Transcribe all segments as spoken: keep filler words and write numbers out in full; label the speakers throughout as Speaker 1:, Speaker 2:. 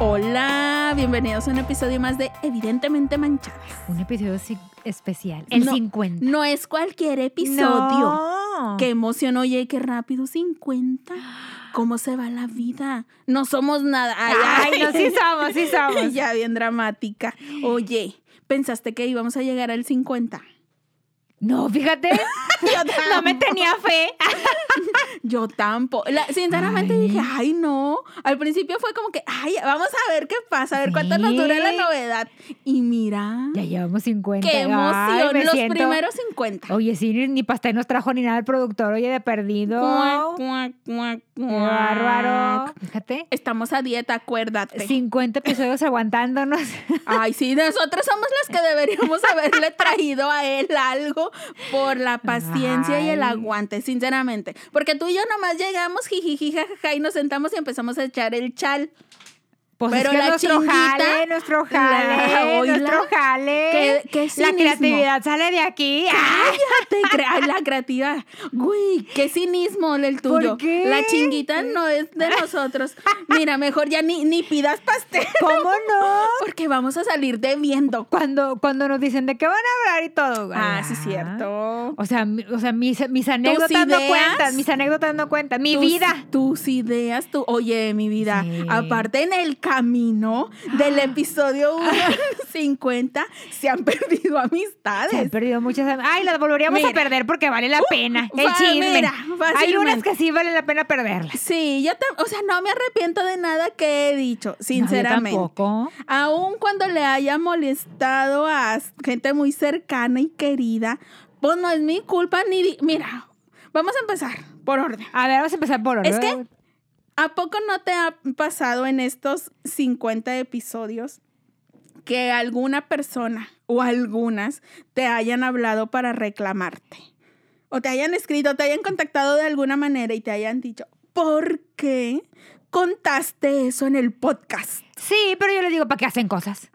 Speaker 1: Hola, bienvenidos a un episodio más de Evidentemente Manchadas.
Speaker 2: Un episodio si- especial, el
Speaker 1: no,
Speaker 2: cincuenta.
Speaker 1: No es cualquier episodio.
Speaker 2: No.
Speaker 1: Qué emoción, oye, qué rápido, cincuenta. ¿Cómo se va la vida? No somos nada. Ay,
Speaker 2: Ay,
Speaker 1: ay.
Speaker 2: no, sí somos, sí somos.
Speaker 1: Ya bien dramática. Oye, ¿pensaste que íbamos a llegar al cincuenta?
Speaker 2: No, fíjate, no me tenía fe.
Speaker 1: Yo tampoco. La- sinceramente
Speaker 2: Ay.
Speaker 1: dije, ay, no. Al principio fue como que, ay, vamos a ver qué pasa, a ver cuánto
Speaker 2: Sí.
Speaker 1: nos dura la novedad. Y mira,
Speaker 2: Ya llevamos cincuenta.
Speaker 1: qué
Speaker 2: Ay,
Speaker 1: emoción.
Speaker 2: me
Speaker 1: Los
Speaker 2: siento-
Speaker 1: primeros cincuenta.
Speaker 2: Oye, sí, ni, ni pastel nos trajo ni nada el productor, oye, de perdido.
Speaker 1: Cuac, cuac, cuac,
Speaker 2: Qué
Speaker 1: cuac.
Speaker 2: bárbaro. Fíjate,
Speaker 1: Estamos a dieta, acuérdate.
Speaker 2: cincuenta episodios aguantándonos.
Speaker 1: Ay, sí, nosotros somos las que deberíamos haberle traído a él algo por la paciencia y el
Speaker 2: Ay.
Speaker 1: aguante, sinceramente. Porque tú y yo nomás llegamos, jijiji, jajaja, y nos sentamos y empezamos a echar el chal.
Speaker 2: Pues
Speaker 1: Pero
Speaker 2: es que
Speaker 1: la
Speaker 2: nuestro
Speaker 1: chinguita,
Speaker 2: jale, nuestro
Speaker 1: la-
Speaker 2: jale,
Speaker 1: oíla.
Speaker 2: nuestro jale.
Speaker 1: Qué- qué
Speaker 2: La
Speaker 1: cinismo.
Speaker 2: creatividad sale de aquí. Ay,
Speaker 1: Cállate, crea- la creatividad. Uy, qué cinismo el tuyo.
Speaker 2: ¿Por qué?
Speaker 1: La chinguita no es de nosotros. Mira, mejor ya ni, ni pidas pastel.
Speaker 2: ¿cómo no?
Speaker 1: Porque vamos a salir debiendo.
Speaker 2: Cuando, cuando nos dicen de qué van a hablar y todo.
Speaker 1: Ah,
Speaker 2: ah.
Speaker 1: sí, cierto.
Speaker 2: O sea, mi- o sea mis, mis anécdotas no
Speaker 1: ideas?
Speaker 2: cuentan, mis anécdotas no cuentan, mi
Speaker 1: Tus-
Speaker 2: vida.
Speaker 1: Tus ideas, tu, oye, mi vida.
Speaker 2: Sí.
Speaker 1: Aparte, en el camino del episodio uno al cincuenta se han perdido amistades.
Speaker 2: Se han perdido muchas. am- Ay, las volveríamos
Speaker 1: Mira.
Speaker 2: a perder porque vale la pena. El
Speaker 1: fa-
Speaker 2: chisme.
Speaker 1: mira,
Speaker 2: Hay
Speaker 1: fácilmente.
Speaker 2: unas que sí vale la pena perderlas.
Speaker 1: Sí, yo te, o sea, no me arrepiento de nada que he dicho,
Speaker 2: No, yo
Speaker 1: sinceramente.
Speaker 2: tampoco.
Speaker 1: Aun cuando le haya molestado a gente muy cercana y querida, pues no es mi culpa ni... di- Mira, vamos a empezar por orden.
Speaker 2: A ver, vamos a empezar por orden.
Speaker 1: Es que, ¿a poco no te ha pasado en estos cincuenta episodios que alguna persona o algunas te hayan hablado para reclamarte? O te hayan escrito, te hayan contactado de alguna manera y te hayan dicho, ¿por qué contaste eso en el podcast?
Speaker 2: Sí, pero yo les digo, ¿para qué hacen cosas?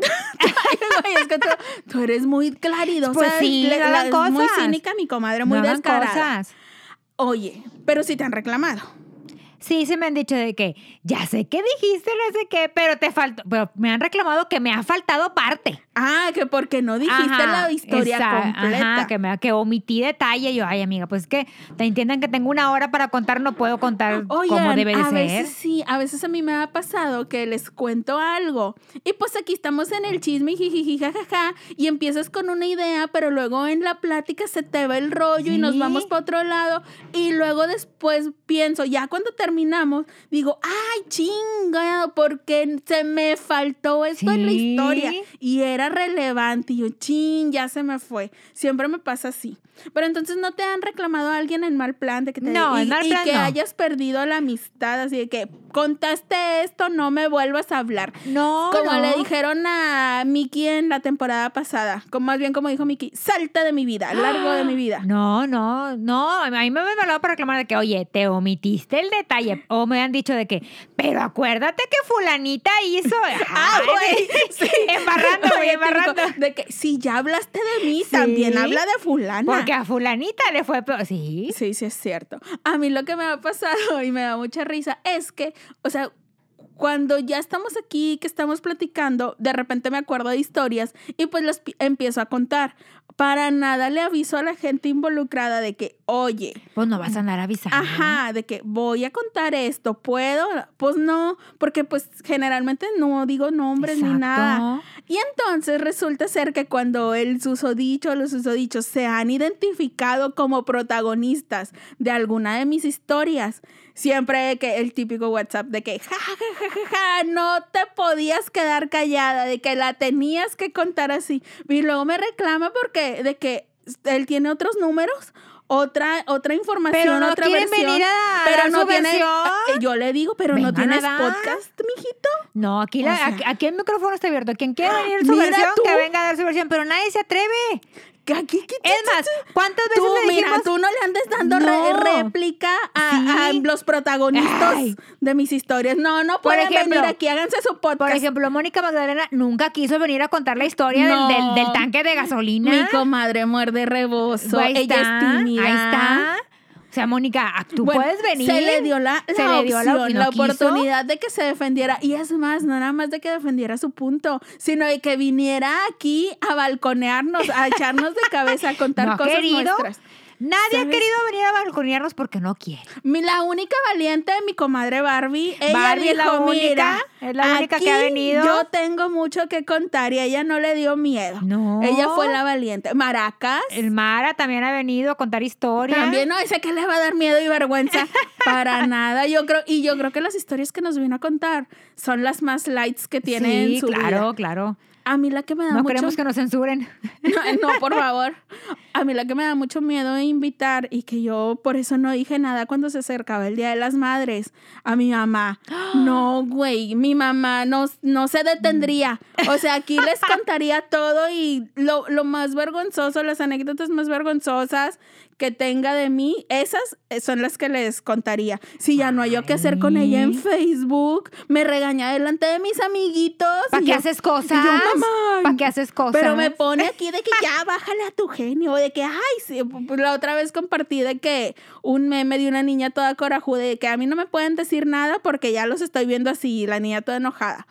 Speaker 1: Ay, es que tú, tú eres muy claridosa.
Speaker 2: Pues sí,
Speaker 1: le-
Speaker 2: no hagan
Speaker 1: es muy
Speaker 2: cosas.
Speaker 1: cínica, mi comadre, muy
Speaker 2: No hagan
Speaker 1: descarada.
Speaker 2: cosas.
Speaker 1: Oye, pero sí te han reclamado.
Speaker 2: Sí, se me han dicho de que ya sé que dijiste, no sé qué, pero te faltó. Pero me han reclamado que me ha faltado parte.
Speaker 1: Ah, que porque no dijiste
Speaker 2: Ajá,
Speaker 1: la historia
Speaker 2: esa-
Speaker 1: completa.
Speaker 2: Ajá, que, me, que omití detalle. Yo, ay, amiga, pues es que te entiendan que tengo una hora para contar, no puedo contar como
Speaker 1: Oigan,
Speaker 2: debe de
Speaker 1: a
Speaker 2: ser.
Speaker 1: veces sí, a veces a mí me ha pasado que les cuento algo y pues aquí estamos en el chisme, jijiji, jajaja, y empiezas con una idea, pero luego en la plática se te va el rollo y nos
Speaker 2: Sí.
Speaker 1: vamos para otro lado y luego después pienso, ya cuando terminamos, digo, ay, chingado, porque se me faltó esto en la
Speaker 2: Sí.
Speaker 1: historia y era relevante y yo, ching, ya se me fue. Siempre me pasa así. Pero entonces no te han reclamado a alguien en mal plan de que te
Speaker 2: No,
Speaker 1: y,
Speaker 2: en mal
Speaker 1: y
Speaker 2: plan
Speaker 1: que
Speaker 2: no.
Speaker 1: hayas perdido la amistad, así de que contaste esto, no me vuelvas a hablar.
Speaker 2: No,
Speaker 1: Como
Speaker 2: no.
Speaker 1: le dijeron a Miki en la temporada pasada, como más bien como dijo Miki, salta de mi vida, largo de mi vida.
Speaker 2: No, no, no. A mí me han hablado para reclamar de que, oye, te omitiste el detalle. O me han dicho de que, pero acuérdate que fulanita hizo.
Speaker 1: Ah,
Speaker 2: Ay,
Speaker 1: güey, sí.
Speaker 2: Embarrando, güey,
Speaker 1: Oye,
Speaker 2: embarrando.
Speaker 1: típico, de que si ya hablaste de mí,
Speaker 2: Sí.
Speaker 1: también habla de fulana.
Speaker 2: Porque a fulanita le fue peor. Sí.
Speaker 1: Sí, sí es cierto. A mí lo que me ha pasado y me da mucha risa es que, o sea, cuando ya estamos aquí, que estamos platicando, de repente me acuerdo de historias y pues las pi- empiezo a contar. Para nada le aviso a la gente involucrada de que, oye,
Speaker 2: Pues no vas a andar avisando.
Speaker 1: ajá, de que voy a contar esto, ¿puedo? Pues no, porque pues generalmente no digo nombres ni
Speaker 2: Exacto.
Speaker 1: nada. Y entonces resulta ser que cuando el susodicho o los susodichos se han identificado como protagonistas de alguna de mis historias, siempre que el típico WhatsApp de que ja, ja, ja, ja, ja, ja, no te podías quedar callada, de que la tenías que contar así. Y luego me reclama porque de que él tiene otros números, otra otra información,
Speaker 2: Pero no
Speaker 1: otra
Speaker 2: quieren
Speaker 1: versión.
Speaker 2: venir a
Speaker 1: pero
Speaker 2: dar
Speaker 1: no
Speaker 2: su
Speaker 1: tiene,
Speaker 2: versión.
Speaker 1: eh, yo le digo, pero no
Speaker 2: Vengan
Speaker 1: tienes
Speaker 2: a dar.
Speaker 1: podcast, mijito.
Speaker 2: No, aquí, la-
Speaker 1: O sea-
Speaker 2: aquí, aquí el micrófono está abierto. Quien quiera venir su
Speaker 1: Mira
Speaker 2: versión,
Speaker 1: tú.
Speaker 2: que venga a dar su versión. Pero nadie se atreve.
Speaker 1: Que aquí, que-
Speaker 2: Es más, ¿cuántas veces
Speaker 1: Tú,
Speaker 2: le
Speaker 1: mira,
Speaker 2: dijimos?
Speaker 1: tú no le andes dando re-
Speaker 2: No.
Speaker 1: réplica a, a
Speaker 2: Sí.
Speaker 1: los protagonistas
Speaker 2: Ay.
Speaker 1: de mis historias. No, no
Speaker 2: Por
Speaker 1: pueden
Speaker 2: ejemplo,
Speaker 1: venir aquí, háganse su podcast.
Speaker 2: Por ejemplo, Mónica Magdalena nunca quiso venir a contar la historia del-
Speaker 1: No.
Speaker 2: del, del tanque de gasolina.
Speaker 1: Mi comadre muerde reboso.
Speaker 2: Ahí
Speaker 1: Ella
Speaker 2: está,
Speaker 1: es tímida.
Speaker 2: ahí está. O sea, Mónica, tú
Speaker 1: Bueno,
Speaker 2: puedes venir.
Speaker 1: Se le dio la, la
Speaker 2: se le dio la,
Speaker 1: opción,
Speaker 2: ¿no
Speaker 1: la
Speaker 2: quiso?
Speaker 1: oportunidad de que se defendiera. Y es más, no nada más de que defendiera su punto, sino de que viniera aquí a balconearnos, a echarnos de cabeza, a contar
Speaker 2: ¿No ha
Speaker 1: cosas
Speaker 2: querido?
Speaker 1: nuestras.
Speaker 2: Nadie
Speaker 1: ¿Sabes?
Speaker 2: ha querido venir a balconearnos porque no quiere.
Speaker 1: Mi, la única valiente de mi comadre Barbie, ella
Speaker 2: Barbie
Speaker 1: dijo,
Speaker 2: es la única,
Speaker 1: mira,
Speaker 2: es la única que ha
Speaker 1: aquí
Speaker 2: venido.
Speaker 1: yo tengo mucho que contar y ella no le dio miedo.
Speaker 2: No.
Speaker 1: Ella fue la valiente. Maracas.
Speaker 2: El Mara también ha venido a contar historias.
Speaker 1: También no, ese que le va a dar miedo y vergüenza. Para nada. Yo creo, y yo creo que las historias que nos vino a contar son las más lights que tiene
Speaker 2: sí,
Speaker 1: en su
Speaker 2: claro,
Speaker 1: vida.
Speaker 2: claro.
Speaker 1: A mí la que me da
Speaker 2: No
Speaker 1: mucho...
Speaker 2: queremos que nos censuren.
Speaker 1: No, no, por favor. A mí la que me da mucho miedo de invitar y que yo por eso no dije nada cuando se acercaba el Día de las Madres, a mi mamá. No, güey, mi mamá no, no se detendría. O sea, aquí les contaría todo y lo, lo más vergonzoso, las anécdotas más vergonzosas que tenga de mí, esas son las que les contaría. Si ya no hay yo qué hacer con ella en Facebook, me regaña delante de mis amiguitos.
Speaker 2: ¿Para
Speaker 1: y
Speaker 2: qué
Speaker 1: yo-
Speaker 2: haces cosas?
Speaker 1: y yo, mamá.
Speaker 2: ¿Para qué haces cosas?
Speaker 1: Pero me pone aquí de que ya bájale a tu genio, de que, ay, sí, pues la otra vez compartí de que un meme de una niña toda corajuda, de que a mí no me pueden decir nada porque ya los estoy viendo así, la niña toda enojada.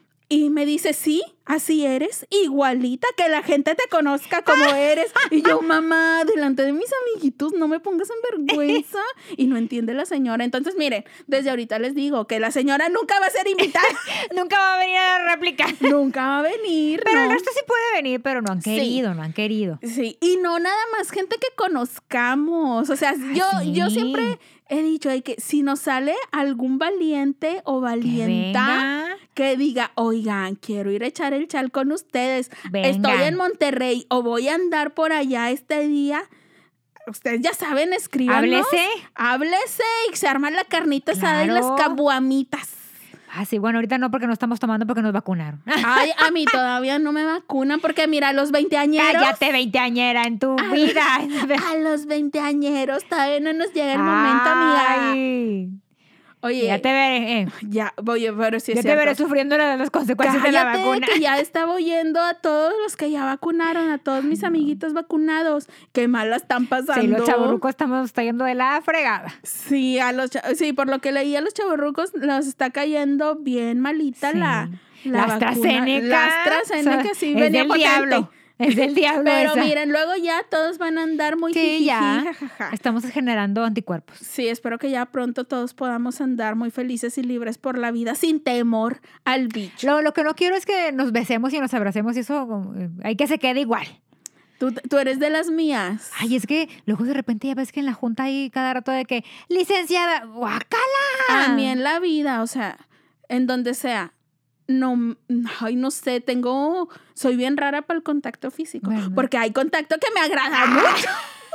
Speaker 1: Y me dice, sí, así eres, igualita, que la gente te conozca como eres. Y yo, mamá, delante de mis amiguitos, no me pongas en vergüenza. Y no entiende la señora. Entonces, miren, desde ahorita les digo que la señora nunca va a ser invitada.
Speaker 2: Nunca va a venir a replicar.
Speaker 1: Nunca va a venir,
Speaker 2: Pero
Speaker 1: no.
Speaker 2: el resto sí puede venir, pero no han
Speaker 1: Sí.
Speaker 2: querido, no han querido.
Speaker 1: Sí, y no nada más gente que conozcamos. O sea, yo,
Speaker 2: sí.
Speaker 1: yo siempre he dicho de que si nos sale algún valiente o valienta
Speaker 2: venga.
Speaker 1: que diga, oigan, quiero ir a echar el chal con ustedes.
Speaker 2: Vengan.
Speaker 1: Estoy en Monterrey o voy a andar por allá este día. Ustedes ya saben, escríbanos.
Speaker 2: Háblese.
Speaker 1: Háblese y se arma la carnita asada y las
Speaker 2: Claro.
Speaker 1: caguamitas.
Speaker 2: Ah, sí, bueno, ahorita no porque no estamos tomando porque nos vacunaron.
Speaker 1: Ay, a mí todavía no me vacunan porque mira, los veinteañeros.
Speaker 2: Cállate, veinteañera, en tu
Speaker 1: A
Speaker 2: vida.
Speaker 1: los- A los veinteañeros todavía no nos llega el momento, amiga.
Speaker 2: Ay.
Speaker 1: Oye,
Speaker 2: Ya te veré, eh.
Speaker 1: ya, oye, pero sí es
Speaker 2: ya te
Speaker 1: cierto.
Speaker 2: veré sufriendo la- las consecuencias de la
Speaker 1: Cállate,
Speaker 2: vacuna.
Speaker 1: que ya estaba oyendo a todos los que ya vacunaron, a todos mis amiguitos vacunados. Qué mal la están pasando.
Speaker 2: Sí, los chavorrucos estamos yendo de la fregada.
Speaker 1: Sí, a los cha- sí, por lo que leí a los chavorrucos los está cayendo bien malita
Speaker 2: Sí.
Speaker 1: la, la
Speaker 2: La
Speaker 1: vacuna.
Speaker 2: AstraZeneca.
Speaker 1: La AstraZeneca, sí,
Speaker 2: es
Speaker 1: venía
Speaker 2: del
Speaker 1: potente.
Speaker 2: diablo. Es del diablo
Speaker 1: Pero
Speaker 2: esa.
Speaker 1: miren, luego ya todos van a andar muy
Speaker 2: Sí,
Speaker 1: jijiji,
Speaker 2: ya.
Speaker 1: jajaja.
Speaker 2: Estamos generando anticuerpos.
Speaker 1: Sí, espero que ya pronto todos podamos andar muy felices y libres por la vida sin temor al bicho.
Speaker 2: Lo, lo que no quiero es que nos besemos y nos abracemos y eso como, eh, hay que se quede igual.
Speaker 1: Tú, tú eres de las mías.
Speaker 2: Ay, es que luego de repente ya ves que en la junta hay cada rato de que, licenciada, guácala.
Speaker 1: A mí en la vida, o sea, en donde sea, no, ay, no sé, tengo, soy bien rara para el contacto físico,
Speaker 2: ¿Verdad?
Speaker 1: porque hay contacto que me agrada mucho.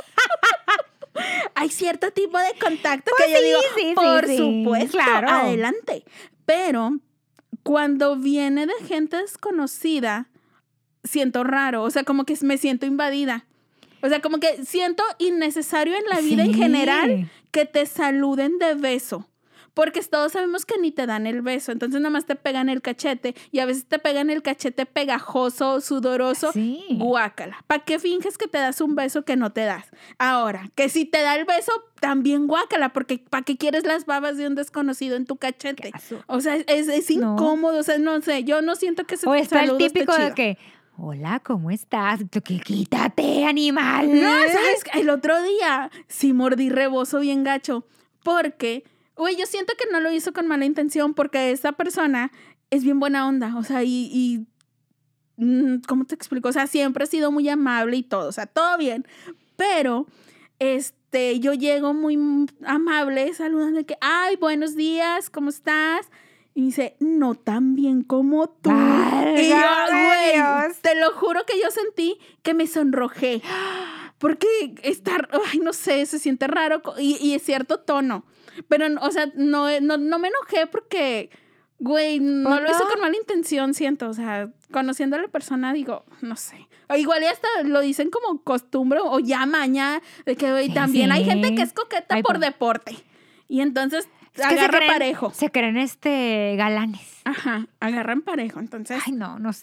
Speaker 1: Hay cierto tipo de contacto
Speaker 2: Pues
Speaker 1: que yo
Speaker 2: sí,
Speaker 1: digo,
Speaker 2: sí, sí,
Speaker 1: por
Speaker 2: sí,
Speaker 1: supuesto,
Speaker 2: claro.
Speaker 1: adelante. Pero cuando viene de gente desconocida, siento raro, o sea, como que me siento invadida. O sea, como que siento innecesario en la vida en
Speaker 2: Sí.
Speaker 1: general que te saluden de beso. Porque todos sabemos que ni te dan el beso, entonces nada más te pegan el cachete y a veces te pegan el cachete pegajoso, sudoroso.
Speaker 2: Sí.
Speaker 1: Guácala. ¿Para qué finges que te das un beso que no te das? Ahora, que si te da el beso, también guácala, porque ¿para qué quieres las babas de un desconocido en tu cachete?
Speaker 2: Qué asco.
Speaker 1: O sea, es, es
Speaker 2: No.
Speaker 1: incómodo, o sea, no sé, yo no siento que se
Speaker 2: O está el
Speaker 1: saludo esté
Speaker 2: típico de
Speaker 1: chido.
Speaker 2: que, hola, ¿cómo estás? Tú, que quítate, animal.
Speaker 1: No, ¿sabes? El otro día sí mordí rebozo bien gacho, porque, güey, yo siento que no lo hizo con mala intención, porque esa persona es bien buena onda, o sea, y, y mm, ¿cómo te explico? O sea, siempre ha sido muy amable y todo, o sea, todo bien, pero, este, yo llego muy amable, saludando de que, ay, buenos días, ¿cómo estás? Y me dice, no tan bien como tú. Y yo,
Speaker 2: Válgame
Speaker 1: güey,
Speaker 2: Dios.
Speaker 1: te lo juro que yo sentí que me sonrojé. Porque estar, ay, no sé, se siente raro y, y es cierto tono. Pero, o sea, no, no, no me enojé porque, güey, no
Speaker 2: ¿Pues
Speaker 1: lo hizo
Speaker 2: no?
Speaker 1: con mala intención, siento. O sea, conociendo a la persona, digo, no sé. O igual y hasta lo dicen como costumbre o ya maña, de que, güey,
Speaker 2: Sí,
Speaker 1: también hay
Speaker 2: sí.
Speaker 1: gente que es coqueta
Speaker 2: Ay,
Speaker 1: por
Speaker 2: pues.
Speaker 1: deporte. Y entonces
Speaker 2: Es que se
Speaker 1: agarra
Speaker 2: creen,
Speaker 1: parejo.
Speaker 2: Se creen este galanes.
Speaker 1: Ajá, agarran parejo. Entonces,
Speaker 2: Ay, no, no sé.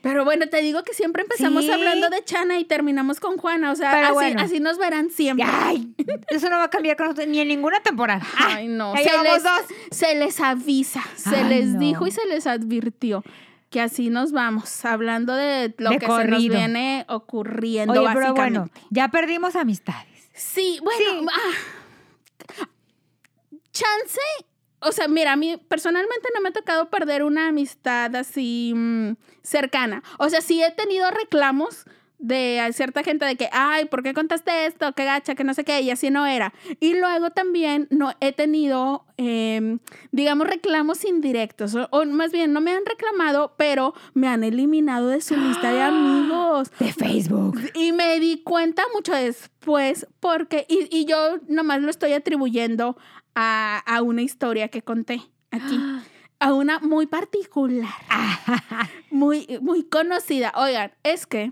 Speaker 1: Pero bueno, te digo que siempre empezamos
Speaker 2: Sí.
Speaker 1: hablando de Chana y terminamos con Juana. O sea,
Speaker 2: Pero
Speaker 1: así,
Speaker 2: bueno.
Speaker 1: así nos verán siempre.
Speaker 2: Ay, eso no va a cambiar con nosotros ni en ninguna temporada.
Speaker 1: Ay, no.
Speaker 2: Ya
Speaker 1: Se
Speaker 2: llevamos
Speaker 1: les,
Speaker 2: dos.
Speaker 1: se les avisa, se
Speaker 2: Ay,
Speaker 1: les
Speaker 2: no.
Speaker 1: dijo y se les advirtió que así nos vamos, hablando de lo
Speaker 2: De
Speaker 1: que se nos
Speaker 2: corrido.
Speaker 1: viene ocurriendo,
Speaker 2: Oye, pero
Speaker 1: básicamente.
Speaker 2: bueno, ya perdimos amistades.
Speaker 1: Sí, bueno, ah, chance, o sea, mira, a mí personalmente no me ha tocado perder una amistad así mm, cercana. O sea, sí he tenido reclamos de cierta gente de que, ay, ¿por qué contaste esto? Qué gacha, que no sé qué, y así no era. Y luego también no he tenido, eh, digamos, reclamos indirectos. O, o más bien, no me han reclamado, pero me han eliminado de su lista de amigos.
Speaker 2: De Facebook.
Speaker 1: Y me di cuenta mucho después porque, y, y yo nomás lo estoy atribuyendo a, a una historia que conté aquí. A una muy particular. muy, muy conocida. Oigan, es que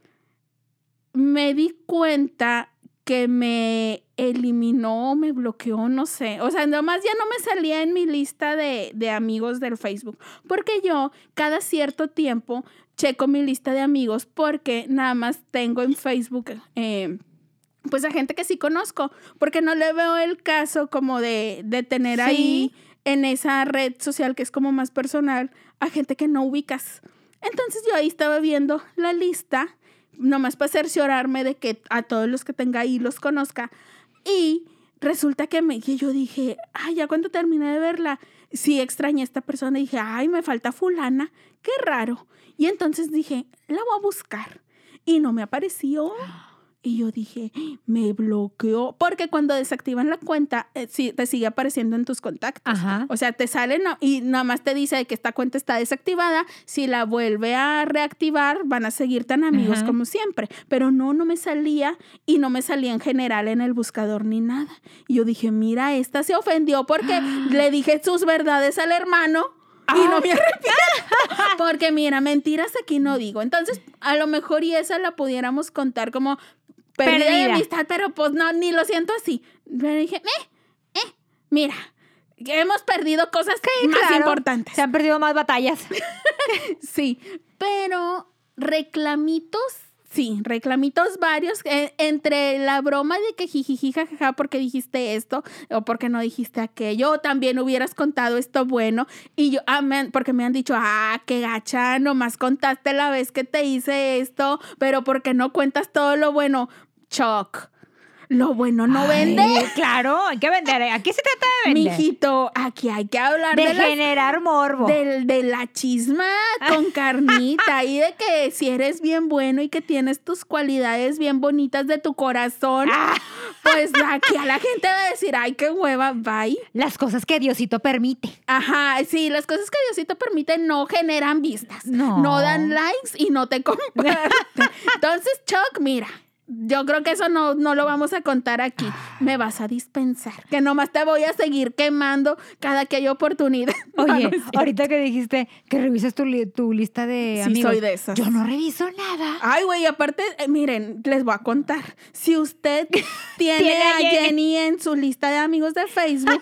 Speaker 1: me di cuenta que me eliminó, me bloqueó, no sé. O sea, nomás ya no me salía en mi lista de, de amigos del Facebook. Porque yo cada cierto tiempo checo mi lista de amigos porque nada más tengo en Facebook eh, pues a gente que sí conozco. Porque no le veo el caso como de, de tener
Speaker 2: Sí.
Speaker 1: ahí en esa red social que es como más personal a gente que no ubicas. Entonces yo ahí estaba viendo la lista nomás para cerciorarme de que a todos los que tenga ahí los conozca. Y resulta que, me, que yo dije, ay, ya cuando terminé de verla, sí extrañé a esta persona. Y dije, ay, me falta fulana, qué raro. Y entonces dije, la voy a buscar. Y no me apareció. Y yo dije, me bloqueó. Porque cuando desactivan la cuenta, eh, sí, te sigue apareciendo en tus contactos.
Speaker 2: Ajá.
Speaker 1: O sea, te sale no, y nada más te dice que esta cuenta está desactivada. Si la vuelve a reactivar, van a seguir tan amigos
Speaker 2: Ajá.
Speaker 1: como siempre. Pero no, no me salía y no me salía en general en el buscador ni nada. Y yo dije, mira, esta se ofendió porque le dije sus verdades al hermano. Y no me arrepiento. Porque mira, mentiras aquí no digo. Entonces, a lo mejor y esa la pudiéramos contar como pérdida de
Speaker 2: Perdida.
Speaker 1: amistad, pero pues no, ni lo siento así. Pero dije, eh, eh, mira, hemos perdido cosas más
Speaker 2: Claro,
Speaker 1: importantes.
Speaker 2: Se han perdido más batallas.
Speaker 1: Sí, pero reclamitos, sí, reclamitos varios, eh, entre la broma de que jijiji, jajaja, porque dijiste esto, o porque no dijiste aquello, o también hubieras contado esto bueno, y yo, ah, me han- porque me han dicho, ah, qué gacha, nomás contaste la vez que te hice esto, pero porque no cuentas todo lo bueno. Choc, lo bueno no
Speaker 2: Ay,
Speaker 1: vende.
Speaker 2: Claro, hay que vender. Aquí se trata de vender.
Speaker 1: Mijito, aquí hay que hablar
Speaker 2: de
Speaker 1: de, las
Speaker 2: generar morbo.
Speaker 1: Del, de la chisma con carnita y de que si eres bien bueno y que tienes tus cualidades bien bonitas de tu corazón,
Speaker 2: Ah.
Speaker 1: pues aquí a la gente va a decir, ay, qué hueva, bye.
Speaker 2: Las cosas que Diosito permite.
Speaker 1: Ajá, sí, las cosas que Diosito permite no generan vistas,
Speaker 2: No.
Speaker 1: no dan likes y no te comparten. Entonces, Chuck, mira, yo creo que eso no, no lo vamos a contar aquí. Me vas a dispensar, que nomás te voy a seguir quemando cada que hay oportunidad. No,
Speaker 2: Oye,
Speaker 1: no es cierto.
Speaker 2: ahorita que dijiste que revisas tu, li- tu lista de
Speaker 1: Sí,
Speaker 2: amigos.
Speaker 1: soy de esas.
Speaker 2: Yo no reviso nada.
Speaker 1: Ay, güey, aparte, eh, miren, les voy a contar. Si usted tiene
Speaker 2: Tiene a
Speaker 1: a
Speaker 2: Jenny.
Speaker 1: Jenny en su lista de amigos de Facebook,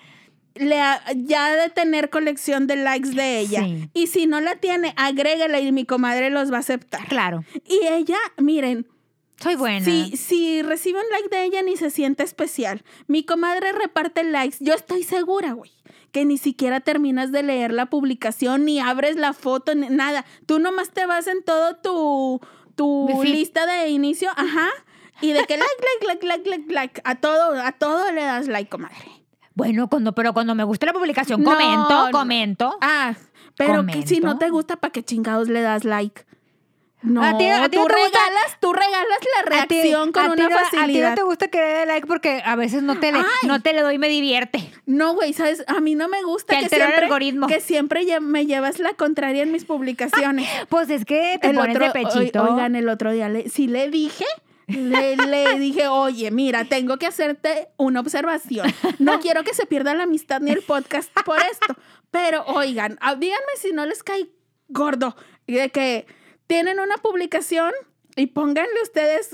Speaker 1: le ha- ya ha de tener colección de likes de ella.
Speaker 2: Sí.
Speaker 1: Y si no la tiene, agrégala y mi comadre los va a aceptar.
Speaker 2: Claro,
Speaker 1: Y ella, miren,
Speaker 2: soy buena.
Speaker 1: si, si recibe un like de ella, ni se siente especial. Mi comadre reparte likes. Yo estoy segura, güey, que ni siquiera terminas de leer la publicación, ni abres la foto, ni nada. Tú nomás te vas en todo tu, tu
Speaker 2: Mi feed.
Speaker 1: lista de inicio, ajá, y de que like, like, like, like, like, like, a todo, a todo le das like, comadre.
Speaker 2: Bueno, cuando, pero cuando me gusta la publicación,
Speaker 1: No,
Speaker 2: comento,
Speaker 1: no.
Speaker 2: comento.
Speaker 1: Ah, pero que si no
Speaker 2: Comento.
Speaker 1: te gusta, ¿para qué chingados le das like? No,
Speaker 2: A ti- a ti
Speaker 1: tú
Speaker 2: no te gusta-
Speaker 1: regalas, tú regalas la
Speaker 2: A ti-
Speaker 1: reacción con
Speaker 2: a ti
Speaker 1: una
Speaker 2: no-
Speaker 1: facilidad.
Speaker 2: A ti no te gusta que le dé like porque a veces no te le,
Speaker 1: Ay.
Speaker 2: no te le doy y me divierte.
Speaker 1: No, güey, ¿sabes? A mí no me gusta
Speaker 2: Te
Speaker 1: que
Speaker 2: alteró el
Speaker 1: siempre,
Speaker 2: algoritmo.
Speaker 1: que siempre lle- me llevas la contraria en mis publicaciones.
Speaker 2: Pues es que te
Speaker 1: el
Speaker 2: pones
Speaker 1: otro,
Speaker 2: de pechito.
Speaker 1: oi- Oigan, el otro día le, sí le dije, le, le dije, oye, mira, tengo que hacerte una observación. No quiero que se pierda la amistad ni el podcast por esto. Pero, oigan, ah, díganme si no les cae gordo de que tienen una publicación y pónganle ustedes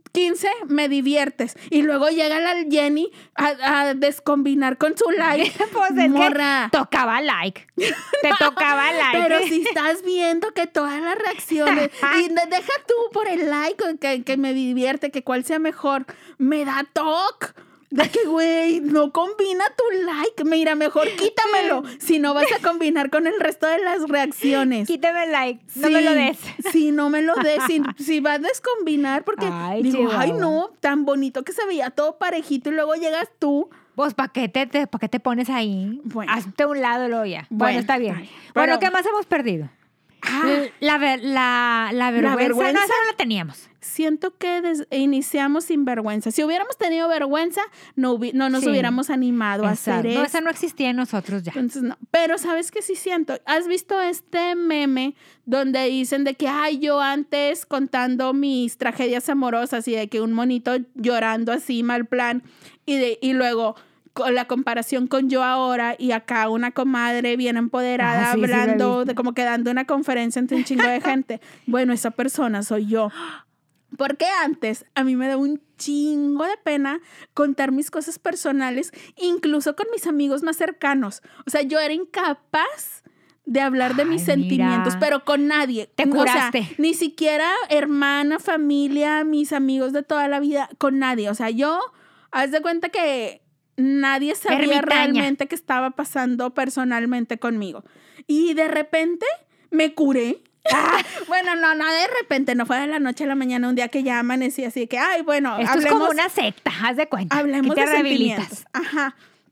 Speaker 1: quince me diviertes. Y luego llega la Jenny a, a descombinar con su like.
Speaker 2: Pues es
Speaker 1: Morra.
Speaker 2: que tocaba like. Te tocaba like.
Speaker 1: Pero si estás viendo que todas las reacciones, y de- deja tú por el like que, que me divierte, que cuál sea mejor, me da toque. De que, güey, no combina tu like. Mira, mejor quítamelo. Si no vas a combinar con el resto de las reacciones.
Speaker 2: Quítame el like. No
Speaker 1: Sí,
Speaker 2: me lo des.
Speaker 1: Sí, no me lo des. Si, si vas a descombinar, porque
Speaker 2: Ay,
Speaker 1: digo,
Speaker 2: Chihuahua.
Speaker 1: ay, no, tan bonito que se veía todo parejito y luego llegas tú.
Speaker 2: Pues, ¿para qué te, te- pa' qué te pones ahí?
Speaker 1: Bueno.
Speaker 2: Hazte a un lado, luego ya. Bueno,
Speaker 1: Bueno,
Speaker 2: está bien.
Speaker 1: ay,
Speaker 2: Bueno,
Speaker 1: pero-
Speaker 2: ¿qué más hemos perdido?
Speaker 1: Ah,
Speaker 2: La, ver- la, la vergüenza.
Speaker 1: vergüenza?
Speaker 2: No, esa no la teníamos.
Speaker 1: siento que des- iniciamos sin vergüenza. Si hubiéramos tenido vergüenza, no, hubi- no nos
Speaker 2: Sí.
Speaker 1: hubiéramos animado a hacer
Speaker 2: Exacto.
Speaker 1: eso.
Speaker 2: No, esa no existía en nosotros ya.
Speaker 1: Entonces, no. Pero ¿sabes qué sí siento? ¿Has visto este meme donde dicen de que, ay, yo antes contando mis tragedias amorosas y de que un monito llorando así mal plan y, de, y luego con la comparación con yo ahora y acá una comadre bien empoderada
Speaker 2: Ah, sí, sí lo he
Speaker 1: hablando,
Speaker 2: visto.
Speaker 1: de como que dando una conferencia entre un chingo de gente? Bueno, esa persona soy yo. Porque antes a mí me da un chingo de pena contar mis cosas personales, incluso con mis amigos más cercanos. O sea, yo era incapaz de hablar de
Speaker 2: Ay,
Speaker 1: mis
Speaker 2: mira.
Speaker 1: sentimientos, pero con nadie.
Speaker 2: Te
Speaker 1: O sea,
Speaker 2: curaste.
Speaker 1: ni siquiera hermana, familia, mis amigos de toda la vida, con nadie. O sea, yo, haz de cuenta que nadie sabía
Speaker 2: Ermitaña.
Speaker 1: realmente qué estaba pasando personalmente conmigo. Y de repente me curé. Ah, bueno, no, no, de repente, no fue de la noche a la mañana, un día que ya amanecí así que, ay, bueno,
Speaker 2: Esto
Speaker 1: hablemos,
Speaker 2: es como una secta, haz de cuenta.
Speaker 1: hablemos
Speaker 2: que te
Speaker 1: de
Speaker 2: rehabilitas.
Speaker 1: sentimientos. Ajá.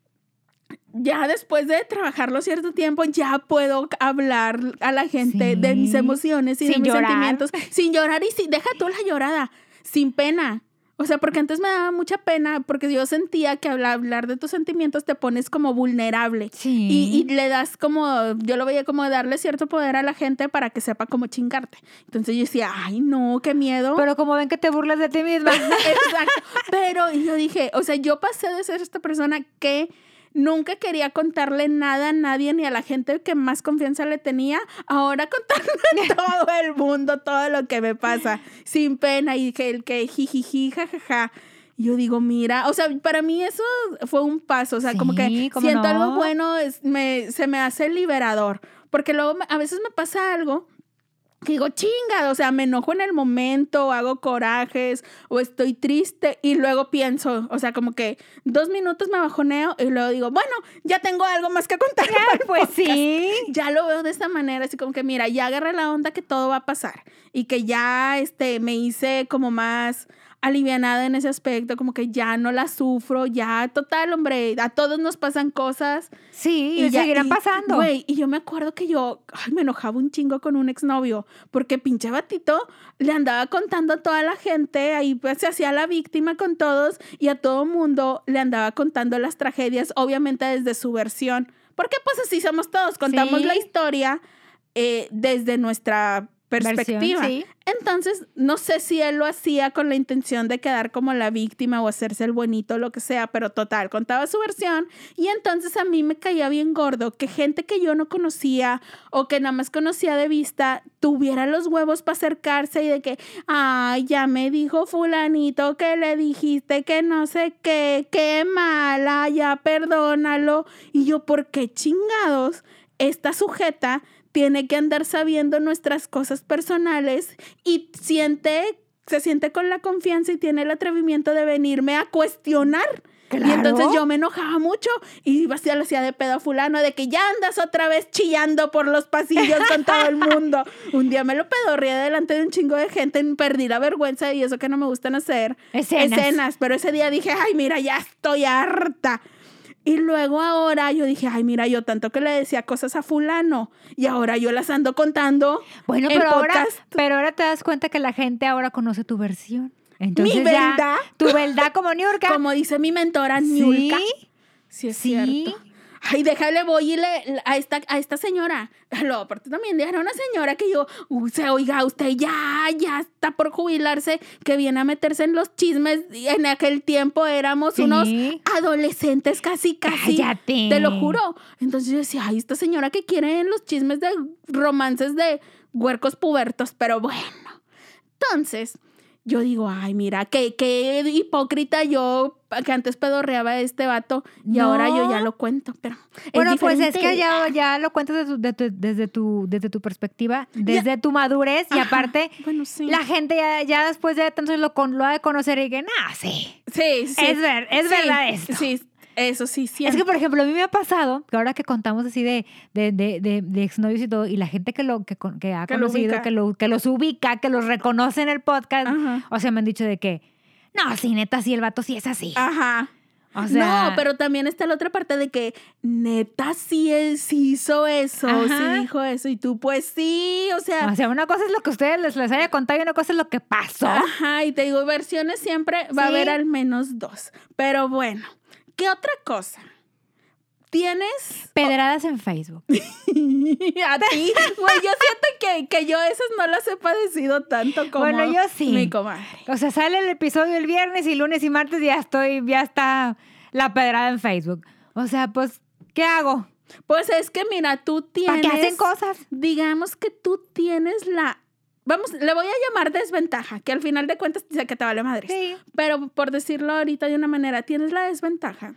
Speaker 1: Ya después de trabajarlo cierto tiempo, ya puedo hablar a la gente
Speaker 2: Sí.
Speaker 1: de mis emociones y
Speaker 2: Sin
Speaker 1: de mis
Speaker 2: llorar.
Speaker 1: sentimientos. Sin llorar y sin, deja tú la llorada, sin pena. O sea, porque antes me daba mucha pena, porque yo sentía que al hablar de tus sentimientos te pones como vulnerable.
Speaker 2: Sí.
Speaker 1: Y, y le das como, yo lo veía como darle cierto poder a la gente para que sepa cómo chingarte. Entonces yo decía, ay, no, qué miedo.
Speaker 2: Pero como ven que te burlas de ti misma.
Speaker 1: Exacto. Pero yo dije, o sea, yo pasé de ser esta persona que nunca quería contarle nada a nadie ni a la gente que más confianza le tenía, ahora contarle a todo el mundo todo lo que me pasa, sin pena, y que el que jijiji, jajaja. Yo digo, mira, o sea, para mí eso fue un paso, o sea,
Speaker 2: Sí,
Speaker 1: como que
Speaker 2: ¿cómo
Speaker 1: siento
Speaker 2: no?
Speaker 1: algo bueno, es, me, se me hace liberador, porque luego me- a veces me pasa algo que digo, chinga, o sea, me enojo en el momento, hago corajes o estoy triste y luego pienso, o sea, como que dos minutos me bajoneo y luego digo, bueno, ya tengo algo más que contar. para el
Speaker 2: Pues
Speaker 1: podcast.
Speaker 2: sí.
Speaker 1: Ya lo veo de esta manera, así como que mira, ya agarré la onda que todo va a pasar y que ya este, me hice como más alivianada en ese aspecto, como que ya no la sufro, ya total, hombre, a todos nos pasan cosas.
Speaker 2: Sí, y
Speaker 1: ya-
Speaker 2: seguirán
Speaker 1: y,
Speaker 2: pasando.
Speaker 1: Güey, y yo me acuerdo que yo ay, me enojaba un chingo con un exnovio, porque pinche batito le andaba contando a toda la gente, ahí pues se hacía la víctima con todos y a todo mundo le andaba contando las tragedias, obviamente desde su versión, porque pues así somos todos, contamos
Speaker 2: Sí.
Speaker 1: la historia eh, desde nuestra perspectiva.
Speaker 2: Versión, sí.
Speaker 1: Entonces, no sé si él lo hacía con la intención de quedar como la víctima o hacerse el bonito, lo que sea, pero total, contaba su versión y entonces a mí me caía bien gordo que gente que yo no conocía o que nada más conocía de vista tuviera los huevos para acercarse y de que, ay, ya me dijo fulanito que le dijiste que no sé qué, qué mala, ya perdónalo. Y yo, ¿por qué chingados esta sujeta tiene que andar sabiendo nuestras cosas personales y siente, se siente con la confianza y tiene el atrevimiento de venirme a cuestionar?
Speaker 2: Claro.
Speaker 1: Y entonces yo me enojaba mucho y iba así a la ciudad de pedo a fulano de que ya andas otra vez chillando por los pasillos con todo el mundo. Un día me lo pedorreé delante de un chingo de gente, perdí la vergüenza y eso que no me gustan hacer.
Speaker 2: Escenas.
Speaker 1: Escenas. Pero ese día dije, ay, mira, ya estoy harta. Y luego ahora yo dije, ay, mira, yo tanto que le decía cosas a fulano y ahora yo las ando contando
Speaker 2: Bueno,
Speaker 1: en
Speaker 2: pero ahora,
Speaker 1: podcast.
Speaker 2: pero ahora te das cuenta que la gente ahora conoce tu versión. Entonces
Speaker 1: Mi
Speaker 2: ya,
Speaker 1: verdad.
Speaker 2: tu verdad como Niurka.
Speaker 1: Como dice mi mentora,
Speaker 2: Sí.
Speaker 1: Niurka. Sí, es
Speaker 2: Sí.
Speaker 1: cierto. Ay, déjale, voy y le, a esta, a esta señora. Luego, aparte también era una señora que yo, uh, se oiga, usted ya, ya está por jubilarse, que viene a meterse en los chismes. Y en aquel tiempo éramos
Speaker 2: Sí.
Speaker 1: unos adolescentes casi, casi.
Speaker 2: Cállate.
Speaker 1: Te lo juro. Entonces yo decía, ay, esta señora que quiere en los chismes de romances de huercos pubertos, pero bueno. Entonces, yo digo, ay, mira, qué, qué hipócrita yo, que antes pedorreaba a este vato y
Speaker 2: No.
Speaker 1: ahora yo ya lo cuento, pero
Speaker 2: Bueno,
Speaker 1: es
Speaker 2: pues es
Speaker 1: diferente.
Speaker 2: que ya, ya lo cuentas de tu- de tu- desde, tu, desde tu perspectiva, desde tu madurez y
Speaker 1: Ajá,
Speaker 2: aparte
Speaker 1: bueno, sí.
Speaker 2: la gente ya, ya después de tanto lo, con, lo ha de conocer y que, nah, sí.
Speaker 1: Sí, sí.
Speaker 2: Es, ver, es
Speaker 1: Sí,
Speaker 2: verdad esto.
Speaker 1: Sí, eso sí,
Speaker 2: Es
Speaker 1: siempre.
Speaker 2: que, por ejemplo, a mí me ha pasado que ahora que contamos así de, de, de, de, de exnovios y todo, y la gente que, lo, que, con- que ha
Speaker 1: Que lo
Speaker 2: conocido,
Speaker 1: ubica.
Speaker 2: que, lo, que los ubica, que los reconoce en el podcast,
Speaker 1: Ajá.
Speaker 2: o sea, me han dicho de que, no, sí, neta, sí, el vato sí es así.
Speaker 1: Ajá.
Speaker 2: O sea,
Speaker 1: no, pero también está la otra parte de que neta sí, él sí hizo eso,
Speaker 2: Ajá.
Speaker 1: sí dijo eso, y tú pues sí, o sea,
Speaker 2: o sea, una cosa es lo que ustedes les, les haya contado y una cosa es lo que pasó.
Speaker 1: ajá, y te digo, versiones siempre va a
Speaker 2: Sí.
Speaker 1: haber al menos dos. Pero bueno, ¿qué otra cosa? ¿Tienes
Speaker 2: Pedradas en Facebook.
Speaker 1: a ti? Güey, yo siento que, que yo esas no las he padecido tanto como
Speaker 2: Bueno, yo sí.
Speaker 1: mi comadre.
Speaker 2: O sea, sale el episodio el viernes y lunes y martes ya estoy, ya está la pedrada en Facebook. O sea, pues, ¿qué hago?
Speaker 1: Pues es que mira, tú tienes...
Speaker 2: ¿Para qué hacen cosas?
Speaker 1: Digamos que tú tienes la... Vamos, le voy a llamar desventaja, que al final de cuentas dice que te vale madre.
Speaker 2: Sí.
Speaker 1: Pero por decirlo ahorita de una manera, tienes la desventaja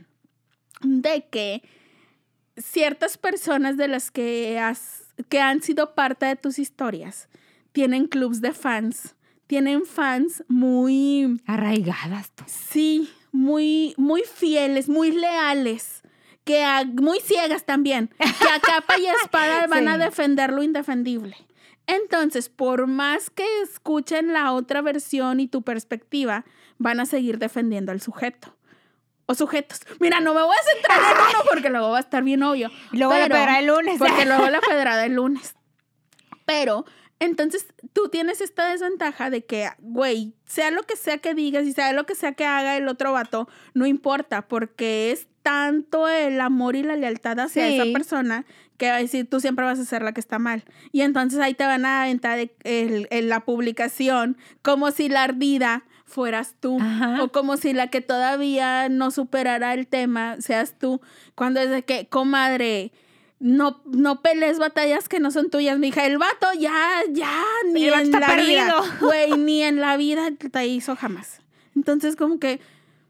Speaker 1: de que ciertas personas de las que, has, que han sido parte de tus historias tienen clubs de fans, tienen fans muy...
Speaker 2: Arraigadas tú.
Speaker 1: Sí, muy, muy fieles, muy leales, que a- muy ciegas también, que a capa y espada van
Speaker 2: Sí.
Speaker 1: a defender lo indefendible. Entonces, por más que escuchen la otra versión y tu perspectiva, van a seguir defendiendo al sujeto. O sujetos. Mira, no me voy a centrar en uno porque luego va a estar bien obvio.
Speaker 2: Y luego la
Speaker 1: Pero-
Speaker 2: pedrada el lunes.
Speaker 1: Porque luego la pedrada el lunes. Pero, entonces, tú tienes esta desventaja de que, güey, sea lo que sea que digas y sea lo que sea que haga el otro vato, no importa, porque es tanto el amor y la lealtad hacia
Speaker 2: Sí.
Speaker 1: esa persona que va a decir, tú siempre vas a ser la que está mal. Y entonces ahí te van a aventar el- el- el- la publicación como si la ardida fueras tú.
Speaker 2: Ajá.
Speaker 1: O como si la que todavía no superara el tema seas tú. Cuando es de que, comadre, no, no pelees batallas que no son tuyas, mija. El vato ya, ya, ni
Speaker 2: El vato
Speaker 1: en
Speaker 2: está
Speaker 1: la
Speaker 2: perdido.
Speaker 1: vida. Güey, ni en la vida te hizo jamás. Entonces, como que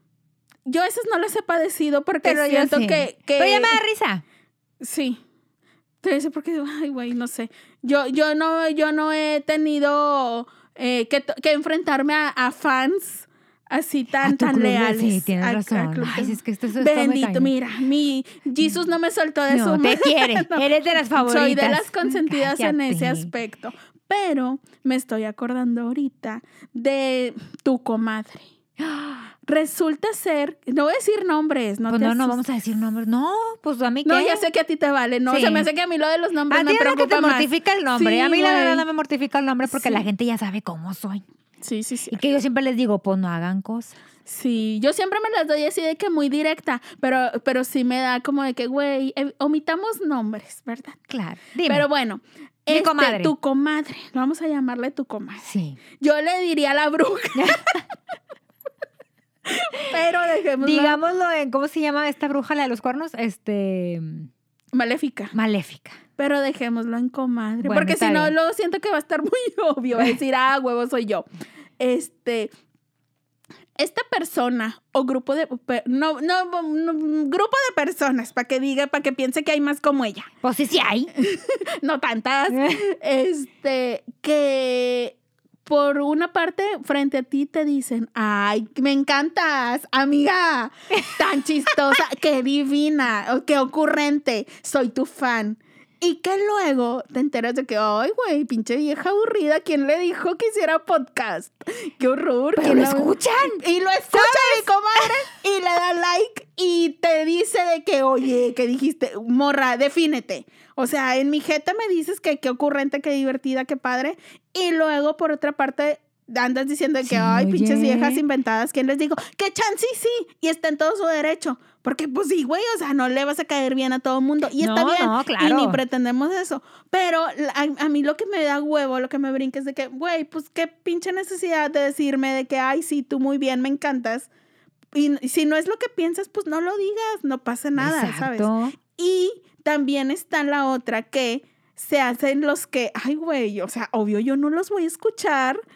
Speaker 1: yo esas no las he padecido porque
Speaker 2: Pero yo
Speaker 1: siento
Speaker 2: sí.
Speaker 1: que, que...
Speaker 2: Pero ya me da risa.
Speaker 1: Sí. Te dice porque, ay, güey, no sé. Yo, yo no, yo no he tenido eh, que, to- que enfrentarme a, a fans así
Speaker 2: A
Speaker 1: tan,
Speaker 2: tu
Speaker 1: tan
Speaker 2: club de-
Speaker 1: leales.
Speaker 2: Sí, tienes
Speaker 1: Al- al
Speaker 2: razón.
Speaker 1: club
Speaker 2: Ay,
Speaker 1: de-
Speaker 2: es que esto, esto está muy
Speaker 1: Bendito,
Speaker 2: cañón.
Speaker 1: mira, mi Jesús no me soltó de
Speaker 2: No,
Speaker 1: su
Speaker 2: te
Speaker 1: mano.
Speaker 2: quiere.
Speaker 1: No.
Speaker 2: Eres de las favoritas.
Speaker 1: Soy de las consentidas en ese
Speaker 2: Cállate.
Speaker 1: aspecto. Pero me estoy acordando ahorita de tu comadre. Resulta ser, no voy a decir nombres, no
Speaker 2: Pues
Speaker 1: te
Speaker 2: no, no
Speaker 1: asustes.
Speaker 2: vamos a decir nombres. No, pues a mí qué.
Speaker 1: No, ya sé que a ti te vale, no,
Speaker 2: Sí.
Speaker 1: se me hace que a mí lo de los nombres
Speaker 2: A
Speaker 1: me
Speaker 2: ti era que
Speaker 1: preocupa
Speaker 2: te
Speaker 1: más.
Speaker 2: mortifica el nombre.
Speaker 1: Sí,
Speaker 2: a mí la
Speaker 1: güey.
Speaker 2: verdad no me mortifica el nombre porque
Speaker 1: Sí.
Speaker 2: la gente ya sabe cómo soy.
Speaker 1: Sí, sí, sí.
Speaker 2: Y que yo siempre les digo, pues no hagan cosas.
Speaker 1: Sí, yo siempre me las doy así de que muy directa, pero, pero sí me da como de que, güey, eh, omitamos nombres, ¿verdad?
Speaker 2: Claro. Dime.
Speaker 1: Pero bueno,
Speaker 2: Mi
Speaker 1: este,
Speaker 2: comadre.
Speaker 1: tu comadre, vamos a llamarle tu comadre.
Speaker 2: Sí.
Speaker 1: Yo le diría la bruja. Pero dejémoslo
Speaker 2: Digámoslo en, ¿cómo se llama esta bruja, la de los cuernos? Este,
Speaker 1: maléfica.
Speaker 2: maléfica.
Speaker 1: Pero dejémoslo en comadre.
Speaker 2: Bueno,
Speaker 1: porque
Speaker 2: está
Speaker 1: si no,
Speaker 2: bien.
Speaker 1: luego siento que va a estar muy obvio. Va a decir, ah, huevo, soy yo. Este. Esta persona o grupo de. pe- No, no, no, grupo de personas, para que diga, para que piense que hay más como ella.
Speaker 2: Pues sí, sí hay.
Speaker 1: No tantas. este. Que. Por una parte, frente a ti te dicen, ay, me encantas, amiga, tan chistosa, qué divina, o qué ocurrente, soy tu fan. Y que luego te enteras de que, ay, güey, pinche vieja aburrida, ¿quién le dijo que hiciera podcast? ¡Qué horror!
Speaker 2: Pero
Speaker 1: ¿quién
Speaker 2: lo
Speaker 1: la-
Speaker 2: escuchan.
Speaker 1: Y lo escucha mi comadre y le da like y te dice de que, oye, que dijiste, morra, defínete. O sea, en mi jeta me dices que qué ocurrente, qué divertida, qué padre. Y luego, por otra parte, andas diciendo de que,
Speaker 2: Sí,
Speaker 1: ay, pinches
Speaker 2: oye.
Speaker 1: viejas inventadas. ¿Quién les digo? Que chance sí, sí. Y está en todo su derecho. Porque, pues sí, güey, o sea, no le vas a caer bien a todo mundo. Y está
Speaker 2: No,
Speaker 1: bien.
Speaker 2: no, claro.
Speaker 1: Y ni pretendemos eso. Pero la- a, a mí lo que me da huevo, lo que me brinca es de que, güey, pues qué pinche necesidad de decirme de que, ay, sí, tú muy bien, me encantas. Y, y si no es lo que piensas, pues no lo digas, no pasa nada, ¿sabes?
Speaker 2: Exacto.
Speaker 1: Y también está la otra que se hacen los que, ay, güey, o sea, obvio yo no los voy a escuchar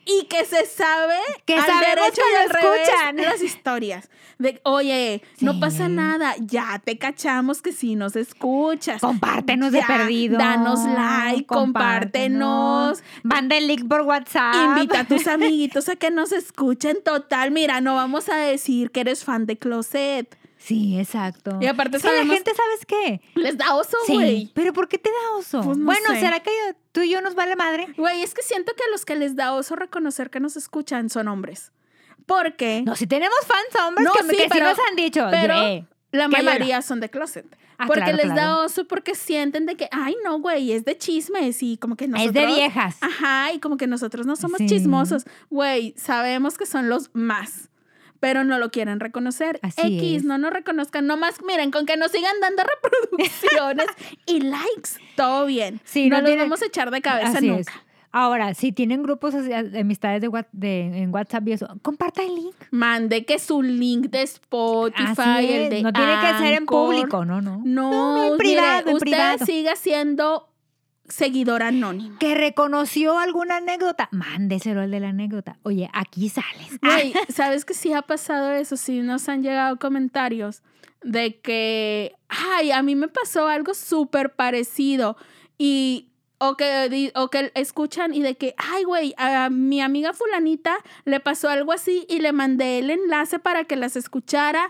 Speaker 1: y que se sabe
Speaker 2: que
Speaker 1: al
Speaker 2: sabemos
Speaker 1: derecho
Speaker 2: que
Speaker 1: y al
Speaker 2: lo
Speaker 1: revés
Speaker 2: escuchan.
Speaker 1: las historias. De, oye,
Speaker 2: Sí.
Speaker 1: no pasa nada, ya te cachamos que sí nos escuchas.
Speaker 2: Compártenos de
Speaker 1: Ya,
Speaker 2: perdido.
Speaker 1: danos like, compártenos.
Speaker 2: Manda el link por WhatsApp.
Speaker 1: Invita a tus amiguitos a que nos escuchen. Total, mira, no vamos a decir que eres fan de Closet.
Speaker 2: Sí, exacto.
Speaker 1: Y aparte
Speaker 2: es que la
Speaker 1: sabemos-
Speaker 2: gente, ¿sabes qué?
Speaker 1: Les da oso,
Speaker 2: Sí,
Speaker 1: güey.
Speaker 2: pero ¿por qué te da oso?
Speaker 1: Pues no
Speaker 2: bueno,
Speaker 1: sé.
Speaker 2: ¿será que tú y yo nos vale madre?
Speaker 1: Güey, es que siento que a los que les da oso reconocer que nos escuchan son hombres. Porque
Speaker 2: No, si tenemos fans hombres
Speaker 1: No,
Speaker 2: que,
Speaker 1: sí,
Speaker 2: que sí
Speaker 1: pero-
Speaker 2: nos han dicho.
Speaker 1: pero
Speaker 2: eh,
Speaker 1: la
Speaker 2: qué
Speaker 1: mayoría son de Closet.
Speaker 2: Ah,
Speaker 1: porque
Speaker 2: claro,
Speaker 1: les
Speaker 2: claro.
Speaker 1: da oso porque sienten de que, ay, no, güey, es de chismes y como que nosotros...
Speaker 2: Es de viejas.
Speaker 1: Ajá, y como que nosotros no somos
Speaker 2: Sí.
Speaker 1: chismosos. Güey, sabemos que son los más, pero no lo quieren reconocer.
Speaker 2: Así
Speaker 1: X,
Speaker 2: es.
Speaker 1: no nos reconozcan. Nomás, miren, con que nos sigan dando reproducciones y likes, todo bien.
Speaker 2: Sí,
Speaker 1: no
Speaker 2: no
Speaker 1: los
Speaker 2: tiene-
Speaker 1: vamos a echar de cabeza
Speaker 2: Así
Speaker 1: nunca.
Speaker 2: es. Ahora, si tienen grupos así, de amistades de, Whats- de- en WhatsApp y eso, comparta el link.
Speaker 1: Mande que su link de Spotify,
Speaker 2: Así
Speaker 1: el
Speaker 2: es.
Speaker 1: de
Speaker 2: No tiene que ser en
Speaker 1: Anchor.
Speaker 2: público, no, no.
Speaker 1: No,
Speaker 2: no, en
Speaker 1: mire,
Speaker 2: privado, en
Speaker 1: usted
Speaker 2: privado.
Speaker 1: siga siendo seguidor anónimo.
Speaker 2: Que reconoció alguna anécdota, mándeselo al de la anécdota. Oye, aquí sales.
Speaker 1: Güey, ¿sabes que sí ha pasado eso? Sí nos han llegado comentarios de que, ay, a mí me pasó algo súper parecido y... O que, di- o que escuchan y de que, ay, güey, a mi amiga fulanita le pasó algo así y le mandé el enlace para que las escuchara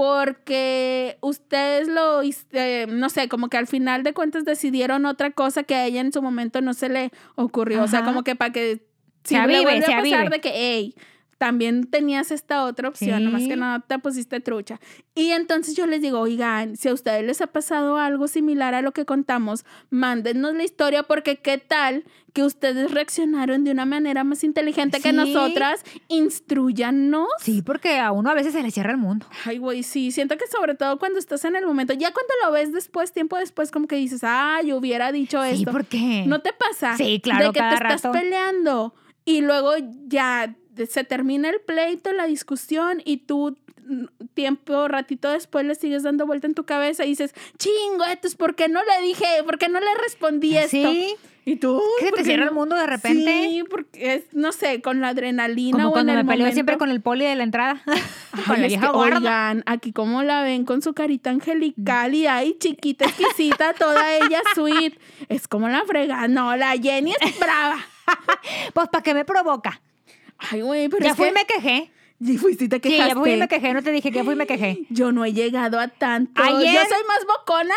Speaker 1: porque ustedes lo, his- eh, no sé, como que al final de cuentas decidieron otra cosa que a ella en su momento no se le ocurrió. O sea,
Speaker 2: Ajá.
Speaker 1: como que para que si
Speaker 2: Se
Speaker 1: le
Speaker 2: avive,
Speaker 1: vuelve
Speaker 2: se
Speaker 1: a pasar
Speaker 2: avive.
Speaker 1: de que, hey, también tenías esta otra opción,
Speaker 2: Sí.
Speaker 1: nomás que no te pusiste trucha. Y entonces yo les digo, oigan, si a ustedes les ha pasado algo similar a lo que contamos, mándennos la historia porque qué tal que ustedes reaccionaron de una manera más inteligente que
Speaker 2: Sí.
Speaker 1: nosotras, instruyanos.
Speaker 2: Sí, porque a uno a veces se le cierra el mundo.
Speaker 1: Ay, güey, sí, siento que sobre todo cuando estás en el momento, ya cuando lo ves después, tiempo después, como que dices, ah, yo hubiera dicho
Speaker 2: Sí,
Speaker 1: esto.
Speaker 2: ¿por qué?
Speaker 1: ¿No te pasa?
Speaker 2: Sí, claro,
Speaker 1: De que
Speaker 2: cada
Speaker 1: te estás
Speaker 2: rato.
Speaker 1: peleando y luego ya se termina el pleito, la discusión y tú mm, tiempo, ratito después le sigues dando vuelta en tu cabeza y dices, chingo, entonces, ¿por qué no le dije? ¿Por qué no le respondí esto?
Speaker 2: Sí.
Speaker 1: Y tú,
Speaker 2: ¿Qué se
Speaker 1: ¿por
Speaker 2: te
Speaker 1: qué
Speaker 2: cierra
Speaker 1: no?
Speaker 2: el mundo de repente?
Speaker 1: Sí, porque es, no sé, con la adrenalina
Speaker 2: Como
Speaker 1: o
Speaker 2: cuando
Speaker 1: en
Speaker 2: me
Speaker 1: el
Speaker 2: peleo
Speaker 1: momento.
Speaker 2: siempre con el poli de la entrada. con
Speaker 1: Ay,
Speaker 2: la
Speaker 1: es
Speaker 2: vieja
Speaker 1: que,
Speaker 2: gorda.
Speaker 1: oigan, aquí como la ven con su carita angelical y ay, chiquita, exquisita, toda ella sweet. Es como la fregada. No, la Jenny es brava.
Speaker 2: Pues, ¿para qué me provoca?
Speaker 1: Ay, güey, pero
Speaker 2: ya
Speaker 1: es
Speaker 2: fui
Speaker 1: que...
Speaker 2: y me quejé.
Speaker 1: Y fuiste y te
Speaker 2: Sí,
Speaker 1: quejaste.
Speaker 2: ya fui y me quejé. No te dije que ya fui y me quejé.
Speaker 1: Yo no he llegado a tanto.
Speaker 2: Ayer-
Speaker 1: Yo soy más bocona,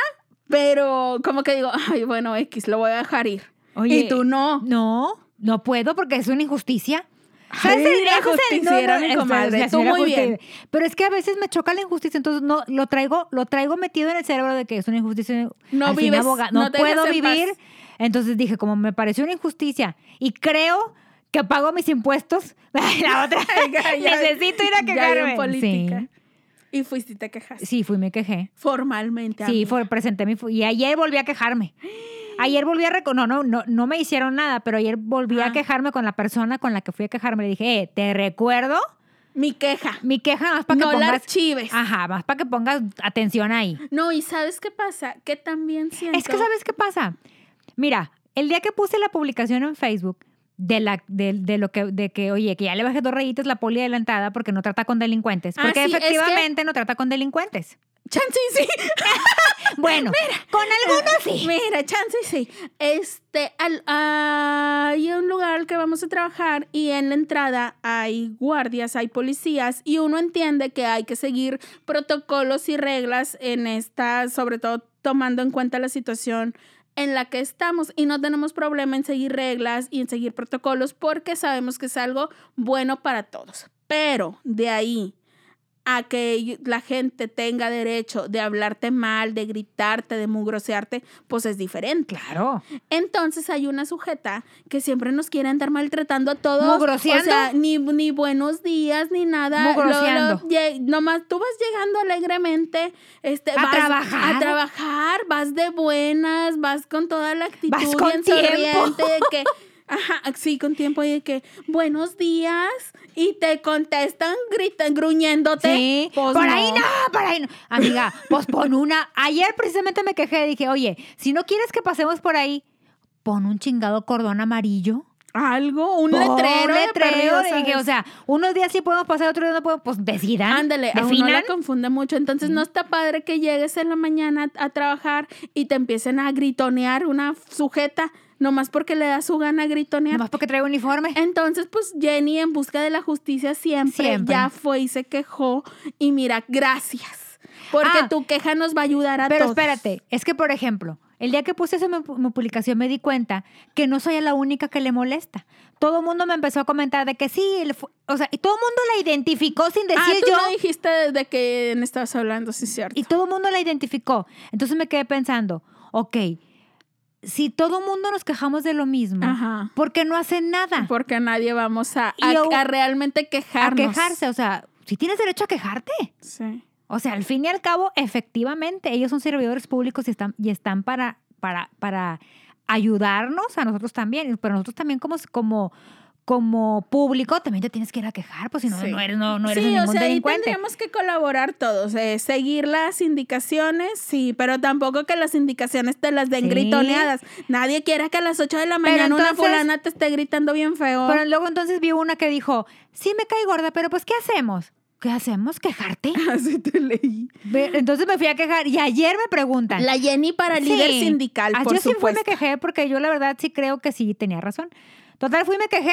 Speaker 1: pero como que digo, ay, bueno, X, lo voy a dejar ir.
Speaker 2: Oye,
Speaker 1: y tú no.
Speaker 2: No, no puedo porque es una injusticia.
Speaker 1: Ay, la justiciera, mi
Speaker 2: es-
Speaker 1: comadre,
Speaker 2: es-
Speaker 1: tú
Speaker 2: es-
Speaker 1: muy bien.
Speaker 2: Pero es que a veces me choca la injusticia, entonces no lo traigo, lo traigo metido en el cerebro de que es una injusticia.
Speaker 1: No
Speaker 2: Al fin,
Speaker 1: vives,
Speaker 2: aboga-
Speaker 1: no
Speaker 2: no,
Speaker 1: te
Speaker 2: puedo
Speaker 1: dejas en
Speaker 2: vivir.
Speaker 1: paz.
Speaker 2: Entonces dije, como me pareció una injusticia y creo que pago mis impuestos, la otra
Speaker 1: Ya, ya,
Speaker 2: necesito ir a
Speaker 1: ya
Speaker 2: quejarme.
Speaker 1: en política.
Speaker 2: Sí.
Speaker 1: Y fuiste y te quejaste.
Speaker 2: Sí, fui y me quejé.
Speaker 1: Formalmente.
Speaker 2: Sí,
Speaker 1: amiga.
Speaker 2: fue, presenté mi... fu- Y ayer volví a quejarme. Ayer volví a... reco- no, no, no, no me hicieron nada, pero ayer volví
Speaker 1: Ah.
Speaker 2: a quejarme con la persona con la que fui a quejarme. Le dije, eh, te recuerdo
Speaker 1: Mi queja.
Speaker 2: mi queja más para que
Speaker 1: No la
Speaker 2: pongas...
Speaker 1: archives.
Speaker 2: Ajá, más para que pongas atención ahí.
Speaker 1: No, y ¿sabes qué pasa? Que también siento...
Speaker 2: Es que, ¿sabes qué pasa? Mira, el día que puse la publicación en Facebook de la de, de lo que de que oye que ya le bajé dos rayitas la poli de la entrada porque no trata con delincuentes,
Speaker 1: Ah,
Speaker 2: porque
Speaker 1: sí, es que-
Speaker 2: efectivamente no trata con delincuentes.
Speaker 1: Chance y sí.
Speaker 2: Bueno, con algunos sí.
Speaker 1: Mira, chance y sí. Este, al- hay un lugar al que vamos a trabajar y en la entrada hay guardias, hay policías y uno entiende que hay que seguir protocolos y reglas en esta, sobre todo tomando en cuenta la situación en la que estamos y no tenemos problema en seguir reglas y en seguir protocolos porque sabemos que es algo bueno para todos. Pero de ahí a que la gente tenga derecho de hablarte mal, de gritarte, de mugrosearte, pues es diferente.
Speaker 2: Claro.
Speaker 1: Entonces hay una sujeta que siempre nos quiere andar maltratando a todos.
Speaker 2: ¿Mugroseando?
Speaker 1: O sea, ni, ni buenos días, ni nada.
Speaker 2: Mugroseando.
Speaker 1: Lo- lo- lle- nomás tú vas llegando alegremente. Este,
Speaker 2: A
Speaker 1: vas
Speaker 2: trabajar.
Speaker 1: A trabajar, vas de buenas, vas con toda la actitud
Speaker 2: Vas con
Speaker 1: bien
Speaker 2: tiempo.
Speaker 1: sonriente de que... Ajá, sí, con tiempo y de que buenos días y te contestan, gritan, gruñéndote.
Speaker 2: Sí,
Speaker 1: Pues
Speaker 2: por ahí no, por ahí no. Amiga, pues pon una. Ayer precisamente me quejé, dije, oye, si no quieres que pasemos por ahí, pon un chingado cordón amarillo.
Speaker 1: Algo, un
Speaker 2: Pon
Speaker 1: letrero. de
Speaker 2: letrero,
Speaker 1: perdido,
Speaker 2: de que,
Speaker 1: ¿sabes?
Speaker 2: o sea, unos días sí podemos pasar, otros días no podemos, pues decidan.
Speaker 1: Ándale, a uno
Speaker 2: definan.
Speaker 1: la confunde mucho. Entonces no está padre que llegues en la mañana a trabajar y te empiecen a gritonear una sujeta, nomás porque le da su gana a gritonear.
Speaker 2: Nomás porque trae uniforme.
Speaker 1: Entonces, pues Jenny, en busca de la justicia, siempre,
Speaker 2: Siempre.
Speaker 1: ya fue y se quejó. Y mira, gracias. Porque
Speaker 2: Ah,
Speaker 1: tu queja nos va a ayudar a
Speaker 2: Pero
Speaker 1: todos.
Speaker 2: espérate, es que, por ejemplo, el día que puse esa mi, mi publicación me di cuenta que no soy la única que le molesta. Todo el mundo me empezó a comentar de que sí, el fu- o sea, y todo el mundo la identificó sin decir
Speaker 1: Ah, tú
Speaker 2: yo.
Speaker 1: no dijiste de quién estabas hablando, sí es cierto.
Speaker 2: Y todo el mundo la identificó. Entonces me quedé pensando, ok, si todo el mundo nos quejamos de lo mismo,
Speaker 1: Ajá.
Speaker 2: ¿por qué no hacen nada?
Speaker 1: Porque nadie vamos a,
Speaker 2: Y
Speaker 1: a,
Speaker 2: yo-
Speaker 1: a realmente
Speaker 2: A
Speaker 1: quejarnos.
Speaker 2: quejarse, o sea, si tienes derecho a quejarte.
Speaker 1: Sí.
Speaker 2: O sea, al fin y al cabo, efectivamente, ellos son servidores públicos y están, y están para, para, para ayudarnos a nosotros también. Pero nosotros también como, como, como público también te tienes que ir a quejar, pues si no,
Speaker 1: Sí.
Speaker 2: no eres, no, no eres
Speaker 1: Sí,
Speaker 2: ningún
Speaker 1: o sea, ahí
Speaker 2: delincuente.
Speaker 1: tendríamos que colaborar todos, eh, seguir las indicaciones, sí, pero tampoco que las indicaciones te las den
Speaker 2: Sí.
Speaker 1: gritoneadas. Nadie quiere que a las ocho de la
Speaker 2: Pero
Speaker 1: mañana una
Speaker 2: entonces-
Speaker 1: fulana te esté gritando bien feo.
Speaker 2: Pero luego entonces vi una que dijo, sí me cae gorda, pero pues ¿qué hacemos? ¿Qué hacemos? ¿Quejarte?
Speaker 1: Así te leí.
Speaker 2: Ve- Entonces me fui a quejar y ayer me preguntan.
Speaker 1: La Jenny para líder
Speaker 2: Sí.
Speaker 1: sindical,
Speaker 2: Ah,
Speaker 1: por
Speaker 2: yo sí fui y
Speaker 1: supuesto.
Speaker 2: me quejé porque yo la verdad sí creo que sí tenía razón. Total, fui y me quejé.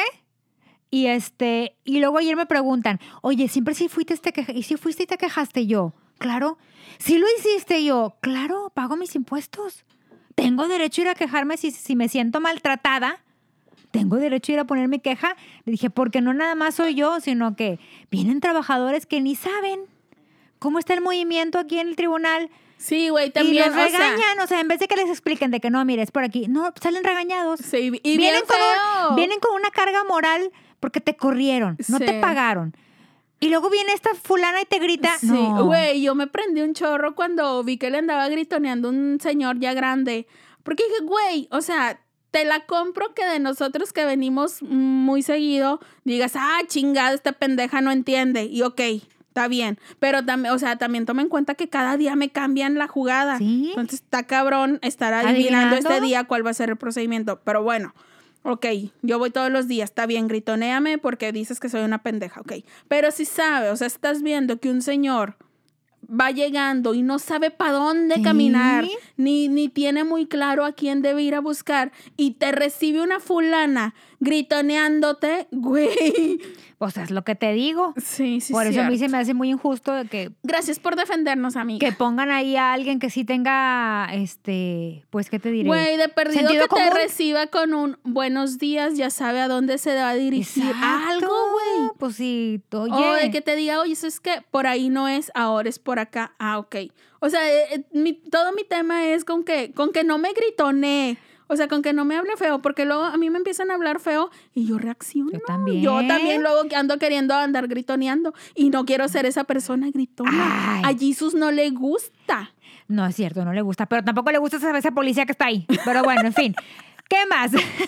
Speaker 2: Y este, y luego ayer me preguntan, oye, siempre sí fuiste te queja- y si fuiste y te quejaste yo. Claro. Sí lo hiciste yo. Claro, pago mis impuestos. Tengo derecho a ir a quejarme si, si me siento maltratada. Tengo derecho a ir a poner mi queja. Le dije, porque no nada más soy yo, sino que vienen trabajadores que ni saben cómo está el movimiento aquí en el tribunal.
Speaker 1: Sí, güey,
Speaker 2: Y
Speaker 1: también,
Speaker 2: los
Speaker 1: o sea,
Speaker 2: regañan, o sea, en vez de que les expliquen de que no, mire, es por aquí. No, salen regañados.
Speaker 1: sí, y bien
Speaker 2: vienen, con
Speaker 1: feo.
Speaker 2: un- vienen con una carga moral porque te corrieron, no
Speaker 1: Sí.
Speaker 2: te pagaron. Y luego viene esta fulana y te grita.
Speaker 1: Sí,
Speaker 2: no.
Speaker 1: güey, yo me prendí un chorro cuando vi que le andaba gritoneando un señor ya grande. Porque dije, güey, o sea, te la compro que de nosotros que venimos muy seguido digas, ah, chingada, esta pendeja no entiende. Y ok, está bien. Pero también, o sea, también toma en cuenta que cada día me cambian la jugada.
Speaker 2: Sí.
Speaker 1: Entonces está cabrón estar adivinando,
Speaker 2: ¿Adivinando?
Speaker 1: este día cuál va a ser el procedimiento. Pero bueno. Ok, yo voy todos los días, está bien, gritonéame porque dices que soy una pendeja, ok. Pero si sabe, o sea, estás viendo que un señor va llegando y no sabe para dónde
Speaker 2: Sí.
Speaker 1: caminar, ni, ni tiene muy claro a quién debe ir a buscar, y te recibe una fulana gritoneándote, güey.
Speaker 2: O sea, es lo que te digo.
Speaker 1: Sí, sí,
Speaker 2: Por eso a mí
Speaker 1: cierto.
Speaker 2: se me hace muy injusto de que,
Speaker 1: Gracias por defendernos, amiga.
Speaker 2: que pongan ahí a alguien que sí tenga, este, pues, ¿qué te diré?
Speaker 1: Güey, de perdido
Speaker 2: Sentido
Speaker 1: que te
Speaker 2: común.
Speaker 1: reciba con un buenos días, ya sabe a dónde se va a dirigir.
Speaker 2: Exacto.
Speaker 1: Algo, güey.
Speaker 2: Pues sí, oye.
Speaker 1: O de que te diga, oye, eso es que por ahí no es, ahora es por acá. Ah, ok. O sea, eh, eh, mi- todo mi tema es con que, con que no me gritone. O sea, con que no me hable feo, porque luego a mí me empiezan a hablar feo y yo reacciono.
Speaker 2: Yo también.
Speaker 1: Yo también luego que ando queriendo andar gritoneando y no quiero ser esa persona gritona.
Speaker 2: Ay.
Speaker 1: A Jesus no le gusta.
Speaker 2: No es cierto, no le gusta, pero tampoco le gusta esa, esa policía que está ahí. Pero bueno, en fin. ¿Qué más?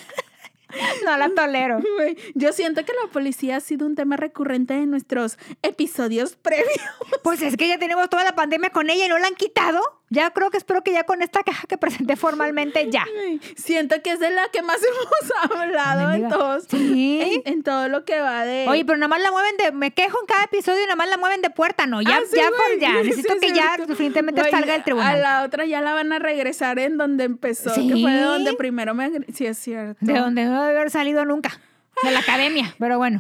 Speaker 2: No la tolero.
Speaker 1: Güey, yo siento que la policía ha sido un tema recurrente en nuestros episodios previos.
Speaker 2: Pues es que ya tenemos toda la pandemia con ella y no la han quitado. Ya creo que espero que ya con esta caja que presenté formalmente ya.
Speaker 1: Ay, siento que es de la que más hemos hablado en
Speaker 2: Amiga,
Speaker 1: todos.
Speaker 2: sí.
Speaker 1: En, en todo lo que va de.
Speaker 2: Oye, pero nada más la mueven de... Me quejo en cada episodio y nada más la mueven de puerta, ¿no? Ya,
Speaker 1: Ah, sí,
Speaker 2: ya,
Speaker 1: güey.
Speaker 2: por ya.
Speaker 1: Sí,
Speaker 2: Necesito
Speaker 1: es
Speaker 2: que ya
Speaker 1: cierto.
Speaker 2: definitivamente
Speaker 1: Güey,
Speaker 2: salga del
Speaker 1: A
Speaker 2: tribunal.
Speaker 1: la otra ya la van a regresar en donde empezó.
Speaker 2: Sí.
Speaker 1: Que fue de donde primero me. agre- Sí, es cierto.
Speaker 2: De donde no debe haber salido nunca. De la academia, pero bueno.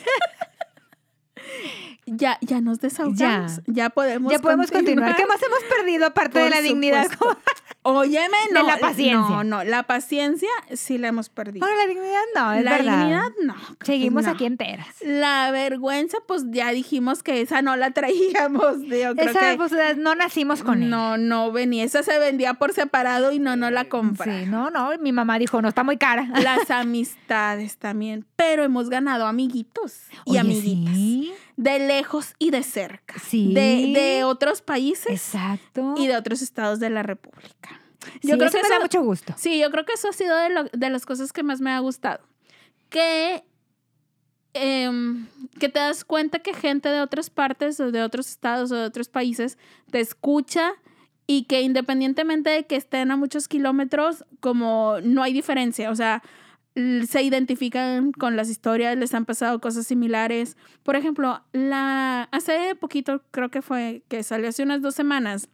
Speaker 1: Ya, ya nos desahogamos.
Speaker 2: Ya.
Speaker 1: Ya, podemos.
Speaker 2: Ya podemos continuar. ¿Qué más hemos perdido aparte de
Speaker 1: Por
Speaker 2: la dignidad?
Speaker 1: supuesto. Óyeme,
Speaker 2: De
Speaker 1: no.
Speaker 2: la paciencia.
Speaker 1: No, no, la paciencia sí la hemos perdido.
Speaker 2: Bueno, la dignidad no, es
Speaker 1: la
Speaker 2: verdad.
Speaker 1: dignidad no.
Speaker 2: Seguimos
Speaker 1: no.
Speaker 2: aquí enteras.
Speaker 1: La vergüenza, pues ya dijimos que esa no la traíamos. Yo creo
Speaker 2: Esa,
Speaker 1: que
Speaker 2: pues, no nacimos con ella.
Speaker 1: no, no venía. Esa se vendía por separado y no, no la compré.
Speaker 2: Sí, no, no, mi mamá dijo, no, está muy cara.
Speaker 1: Las amistades también. Pero hemos ganado amiguitos y
Speaker 2: Oye,
Speaker 1: amiguitas.
Speaker 2: sí.
Speaker 1: De lejos y de cerca.
Speaker 2: Sí.
Speaker 1: De, de otros países
Speaker 2: Exacto.
Speaker 1: y de otros estados de la República.
Speaker 2: Sí, eso me da mucho gusto.
Speaker 1: Sí, yo creo que eso ha sido de, lo- de las cosas que más me ha gustado. Que, em, que te das cuenta que gente de otras partes o de otros estados o de otros países te escucha y que independientemente de que estén a muchos kilómetros, como no hay diferencia. O sea, se identifican con las historias, les han pasado cosas similares. Por ejemplo, la hace poquito, creo que fue, que salió hace unas dos semanas,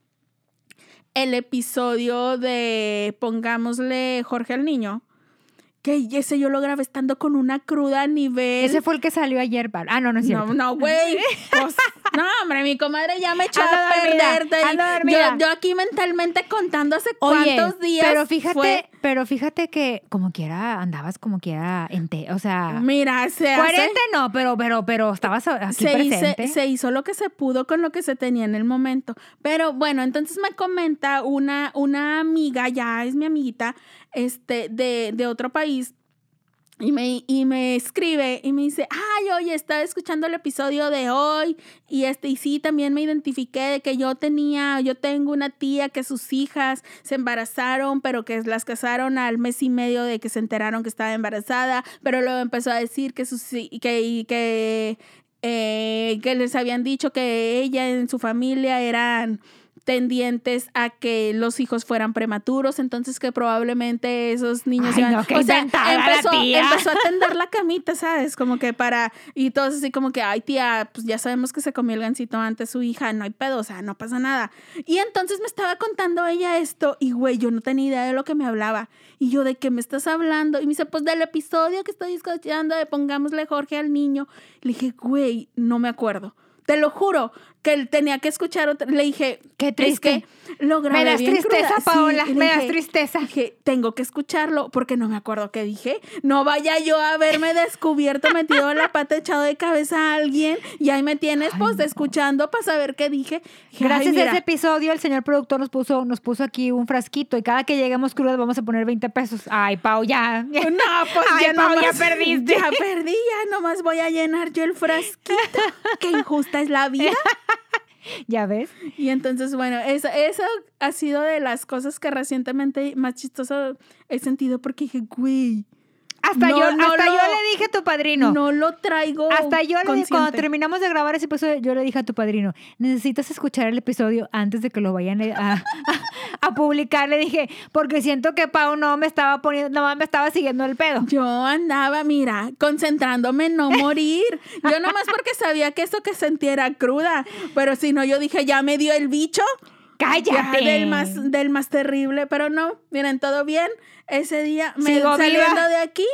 Speaker 1: el episodio de Pongámosle Jorge al Niño, que ese yo lo grabé estando con una cruda a nivel...
Speaker 2: Ese fue el que salió ayer, Pablo. Ah, no, no es cierto.
Speaker 1: No, no, güey. Pues, no, hombre, mi comadre ya me echó
Speaker 2: Ando
Speaker 1: a
Speaker 2: dormida,
Speaker 1: perderte.
Speaker 2: ando dormida.
Speaker 1: Yo, yo aquí mentalmente contando hace
Speaker 2: Oye,
Speaker 1: cuántos días
Speaker 2: pero fíjate,
Speaker 1: fue.
Speaker 2: pero fíjate que como quiera andabas como quiera ente, o sea,
Speaker 1: Mira, se hace...
Speaker 2: coherente no, pero, pero, pero estabas aquí
Speaker 1: se,
Speaker 2: presente.
Speaker 1: hice- se hizo lo que se pudo con lo que se tenía en el momento. Pero bueno, entonces me comenta una, una amiga, ya es mi amiguita, este, de, de otro país. Y me, y me escribe y me dice, ay, oye, estaba escuchando el episodio de hoy y este y sí, también me identifiqué de que yo tenía, yo tengo una tía que sus hijas se embarazaron, pero que las casaron al mes y medio de que se enteraron que estaba embarazada, pero luego empezó a decir que sus que, que, eh, que les habían dicho que ella en su familia eran tendientes a que los hijos fueran prematuros, entonces que probablemente esos niños
Speaker 2: Ay,
Speaker 1: iban,
Speaker 2: no, qué
Speaker 1: o sea,
Speaker 2: inventada la
Speaker 1: empezó,
Speaker 2: tía.
Speaker 1: empezó a tender la camita, ¿sabes? Como que para, y todos así como que, ay tía, pues ya sabemos que se comió el gansito antes su hija, no hay pedo, o sea, no pasa nada. Y entonces me estaba contando ella esto, y güey, yo no tenía idea de lo que me hablaba, y yo, ¿de qué me estás hablando? Y me dice, pues del episodio que estoy escuchando de Pongámosle Jorge al Niño. Le dije, güey, no me acuerdo. Te lo juro que él tenía que escuchar otra. Le dije,
Speaker 2: qué triste.
Speaker 1: Es que lo grabé
Speaker 2: Me das
Speaker 1: bien
Speaker 2: tristeza,
Speaker 1: cruda.
Speaker 2: Paola,
Speaker 1: Sí, y le
Speaker 2: me das
Speaker 1: dije-
Speaker 2: tristeza.
Speaker 1: Dije, tengo que escucharlo porque no me acuerdo qué dije. No vaya yo a haberme descubierto, metido la pata, echado de cabeza a alguien y ahí me tienes,
Speaker 2: Ay,
Speaker 1: pues,
Speaker 2: no.
Speaker 1: escuchando para saber qué dije. Dije,
Speaker 2: Gracias
Speaker 1: ay,
Speaker 2: a
Speaker 1: mira,
Speaker 2: ese episodio, el señor productor nos puso, nos puso aquí un frasquito y cada que lleguemos crudas vamos a poner veinte pesos. Ay, Pau, ya.
Speaker 1: No, pues
Speaker 2: Ay,
Speaker 1: ya
Speaker 2: Pau, ya
Speaker 1: nomás,
Speaker 2: perdiste.
Speaker 1: Ya perdí, ya nomás voy a llenar yo el frasquito. Qué injusta es la vida.
Speaker 2: ¿Ya ves?
Speaker 1: Y entonces, bueno, eso, eso ha sido de las cosas que recientemente más chistoso he sentido porque dije, güey,
Speaker 2: Hasta,
Speaker 1: No,
Speaker 2: yo,
Speaker 1: no
Speaker 2: hasta
Speaker 1: lo-
Speaker 2: yo le dije a tu padrino.
Speaker 1: no lo traigo
Speaker 2: Hasta yo le dije, cuando
Speaker 1: consciente.
Speaker 2: terminamos de grabar ese episodio, yo le dije a tu padrino, necesitas escuchar el episodio antes de que lo vayan a, a, a publicar. Le dije, porque siento que Pau no me estaba poniendo, no me estaba siguiendo el pedo.
Speaker 1: Yo andaba, mira, concentrándome en no morir. Yo nomás porque sabía que eso que sentía era cruda. Pero si no, yo dije, ya me dio el bicho.
Speaker 2: ¡Cállate!
Speaker 1: Ya, del más, del más terrible. Pero no, miren, todo bien. Ese día, me,
Speaker 2: Sigo
Speaker 1: saliendo
Speaker 2: viva.
Speaker 1: de aquí,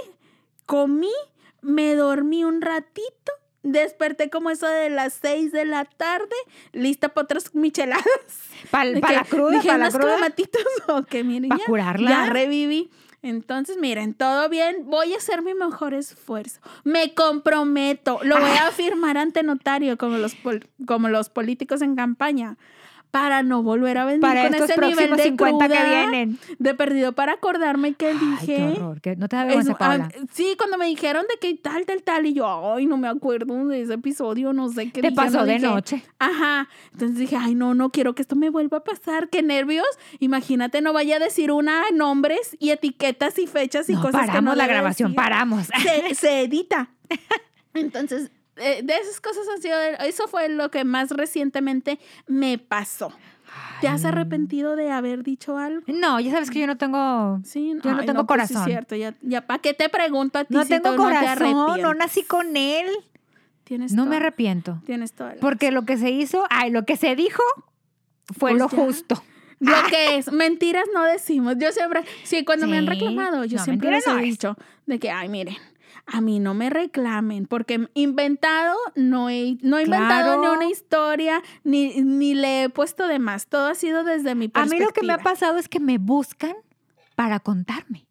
Speaker 1: comí, me dormí un ratito. Desperté como eso de las seis de la tarde, lista para otras micheladas.
Speaker 2: Para
Speaker 1: De
Speaker 2: la
Speaker 1: que
Speaker 2: cruda,
Speaker 1: dije,
Speaker 2: para la
Speaker 1: unos
Speaker 2: cruda.
Speaker 1: clamatitos, o que miren,
Speaker 2: Pa'
Speaker 1: ya,
Speaker 2: curarla.
Speaker 1: ya reviví. Entonces, miren, todo bien. Voy a hacer mi mejor esfuerzo. Me comprometo. Lo voy a firmar ante notario, como los, pol- como los políticos en campaña, para no volver a venir
Speaker 2: Para
Speaker 1: con
Speaker 2: estos
Speaker 1: ese nivel
Speaker 2: próximos
Speaker 1: de
Speaker 2: cincuenta que
Speaker 1: cruda,
Speaker 2: vienen.
Speaker 1: de perdido para acordarme que
Speaker 2: Ay,
Speaker 1: dije.
Speaker 2: qué horror. que- no te da
Speaker 1: Es-
Speaker 2: vergüenza, Paola.
Speaker 1: ah, sí, cuando me dijeron de que tal, tal, tal, y yo, ay, no me acuerdo de ese episodio, no sé qué
Speaker 2: Te
Speaker 1: dije,
Speaker 2: pasó
Speaker 1: no
Speaker 2: de
Speaker 1: dije.
Speaker 2: noche.
Speaker 1: Ajá, entonces dije, ay, no, no quiero que esto me vuelva a pasar, qué nervios. Imagínate, no vaya a decir una, nombres y etiquetas y fechas y
Speaker 2: No,
Speaker 1: cosas
Speaker 2: paramos
Speaker 1: que no
Speaker 2: la
Speaker 1: debe
Speaker 2: grabación,
Speaker 1: decir.
Speaker 2: paramos.
Speaker 1: Se, se edita. Entonces, eh, de esas cosas han sido, eso fue lo que más recientemente me pasó. ¿Te has arrepentido de haber dicho algo?
Speaker 2: No, ya sabes que yo no tengo...
Speaker 1: Sí,
Speaker 2: Yo no tengo
Speaker 1: pues sí
Speaker 2: corazón.
Speaker 1: es cierto, ya, ya ¿para qué te pregunto a ti
Speaker 2: No
Speaker 1: si
Speaker 2: tengo
Speaker 1: tú no te
Speaker 2: corazón, no
Speaker 1: arrepientes?
Speaker 2: nací con él.
Speaker 1: Tienes
Speaker 2: No
Speaker 1: toda-
Speaker 2: me arrepiento.
Speaker 1: Tienes toda la
Speaker 2: Porque lo que se hizo, ay, lo que se dijo fue
Speaker 1: Pues
Speaker 2: lo
Speaker 1: ya.
Speaker 2: justo.
Speaker 1: Lo que es, mentiras no decimos. Yo siempre, sí, cuando me han
Speaker 2: Sí.
Speaker 1: reclamado, yo
Speaker 2: No,
Speaker 1: siempre
Speaker 2: mentira
Speaker 1: les he
Speaker 2: no es.
Speaker 1: dicho de que, ay, miren, a mí no me reclamen, porque inventado, no he, no he inventado
Speaker 2: Claro.
Speaker 1: ni una historia, ni, ni le he puesto de más. Todo ha sido desde mi
Speaker 2: A
Speaker 1: perspectiva.
Speaker 2: mí lo que me ha pasado es que me buscan para contarme.